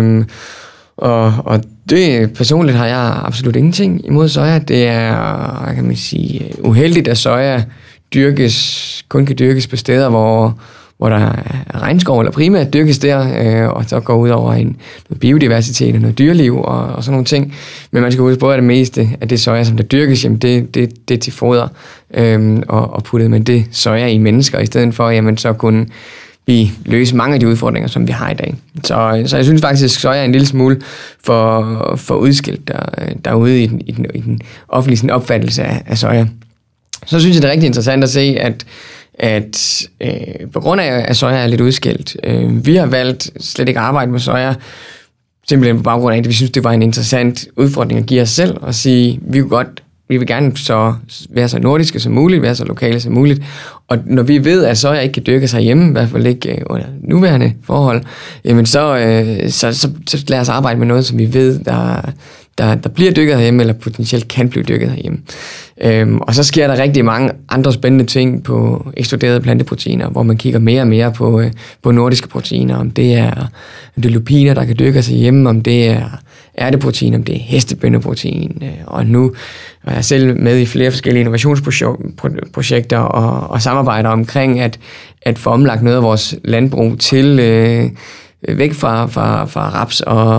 Og det personligt har jeg absolut ingenting imod soja. Det er, kan man sige, uheldigt, at soja kun kan dyrkes på steder, hvor der er regnskov, eller primært dyrkes der, og så går ud over noget biodiversitet og noget dyreliv og sådan nogle ting. Men man skal huske på, at det meste af det soja, som der dyrkes, jamen det er til foder og puttet med det soja i mennesker, i stedet for, jamen så kunne vi løse mange af de udfordringer, som vi har i dag. Så jeg synes faktisk, at soja er en lille smule for udskilt derude i den offentlige opfattelse af soja. Så synes jeg, det er rigtig interessant at se, at på grund af, at soja er lidt udskilt, vi har valgt slet ikke at arbejde med soja, simpelthen på baggrund af, at vi synes, det var en interessant udfordring at give os selv, og sige, vi vil gerne så være så nordiske som muligt, være så lokale som muligt, og når vi ved, at soja ikke kan dyrke sig hjemme, i hvert fald ikke under nuværende forhold, jamen så lad os arbejde med noget, som vi ved, der bliver dyrket herhjemme, eller potentielt kan blive dyrket herhjemme. Og så sker der rigtig mange andre spændende ting på ekstruderede planteproteiner, hvor man kigger mere og mere på nordiske proteiner, om det er lupiner, der kan dyrke sig hjemme, om det er ærteprotein, om det er hestebønneprotein, og nu er jeg selv med i flere forskellige innovationsprojekter og samarbejder omkring at få omlagt noget af vores landbrug til væk fra raps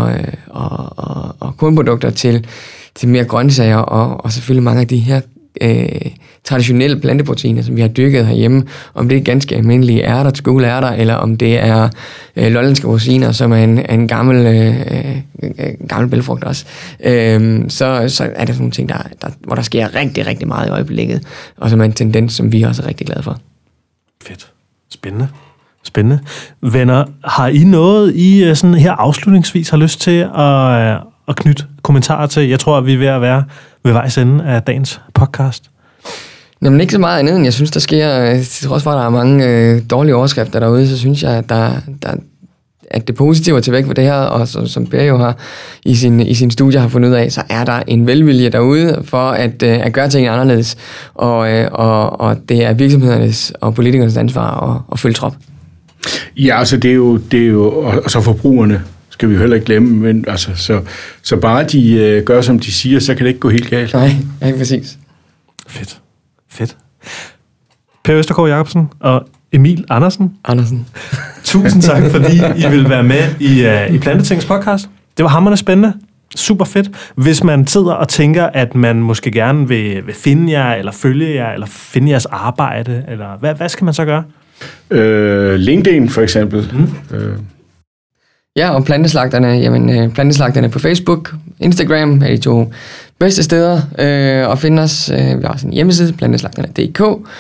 og kornprodukter til mere grøntsager og selvfølgelig mange af de her traditionelle planteproteiner, som vi har dyrket herhjemme, om det er ganske almindelige ærter, skoleærter, eller om det er lollandske rosiner, som er en gammel bælgfrugt også. Så er det sådan nogle ting, hvor der sker rigtig, rigtig meget i øjeblikket, og som er en tendens, som vi også er rigtig glade for. Fedt. Spændende. Venner, har I noget, I sådan her afslutningsvis har lyst til at knytte kommentarer til? Jeg tror, at vi er ved at være ved vejs ende af dagens podcast. Jamen ikke så meget andet, end jeg synes, der sker, til trods for, at der er mange dårlige overskrifter derude, så synes jeg, at det positive er til væk for det her, og som Per jo har i sin studie har fundet ud af, så er der en velvilje derude for at gøre ting anderledes, og det er virksomhedernes og politikernes ansvar at følge trop. Ja, altså det er jo og så forbrugerne skal vi jo heller ikke glemme, men altså, så bare de gør, som de siger, så kan det ikke gå helt galt. Nej, ikke præcis. Fedt. Per Østergaard Jacobsen og Emil Andersen. Tusind tak, fordi I vil være med i Plantetings podcast. Det var hamrende spændende. Super fedt. Hvis man sidder og tænker, at man måske gerne vil finde jer, eller følge jer, eller finde jeres arbejde, eller hvad skal man så gøre? LinkedIn for eksempel. Ja, og Planteslagterne. Jamen, Planteslagterne på Facebook, Instagram er de 2 bedste steder at finde os. Vi har også en hjemmeside, planteslagterne.dk.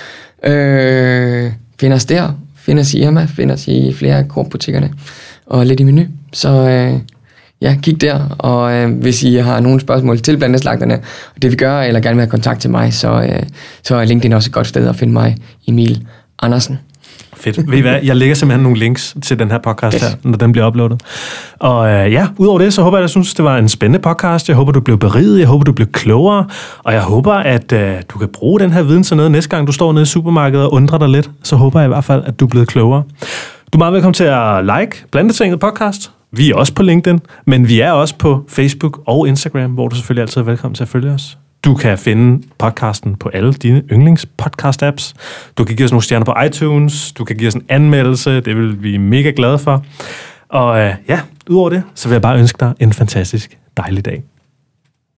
Find os der. Find os i Irma. Find os i flere af Coop-butikkerne. Og lidt i Menu. Så kig der. Og hvis I har nogle spørgsmål til Planteslagterne, og det vi gør, eller gerne vil have kontakt til mig, så er LinkedIn også et godt sted at finde mig, Emil Andersen. Fedt. Ved I hvad? Jeg lægger simpelthen nogle links til den her podcast her, når den bliver uploadet. Og udover det, så håber jeg synes, det var en spændende podcast. Jeg håber, du blev beriget. Jeg håber, du blev klogere. Og jeg håber, at du kan bruge den her viden til noget næste gang, du står nede i supermarkedet og undrer dig lidt. Så håber jeg i hvert fald, at du er blevet klogere. Du er meget velkommen til at like Plantetinget podcast. Vi er også på LinkedIn, men vi er også på Facebook og Instagram, hvor du selvfølgelig altid er velkommen til at følge os. Du kan finde podcasten på alle dine yndlings-podcast-apps. Du kan give os nogle stjerner på iTunes. Du kan give os en anmeldelse. Det vil vi mega glade for. Og udover det, så vil jeg bare ønske dig en fantastisk dejlig dag.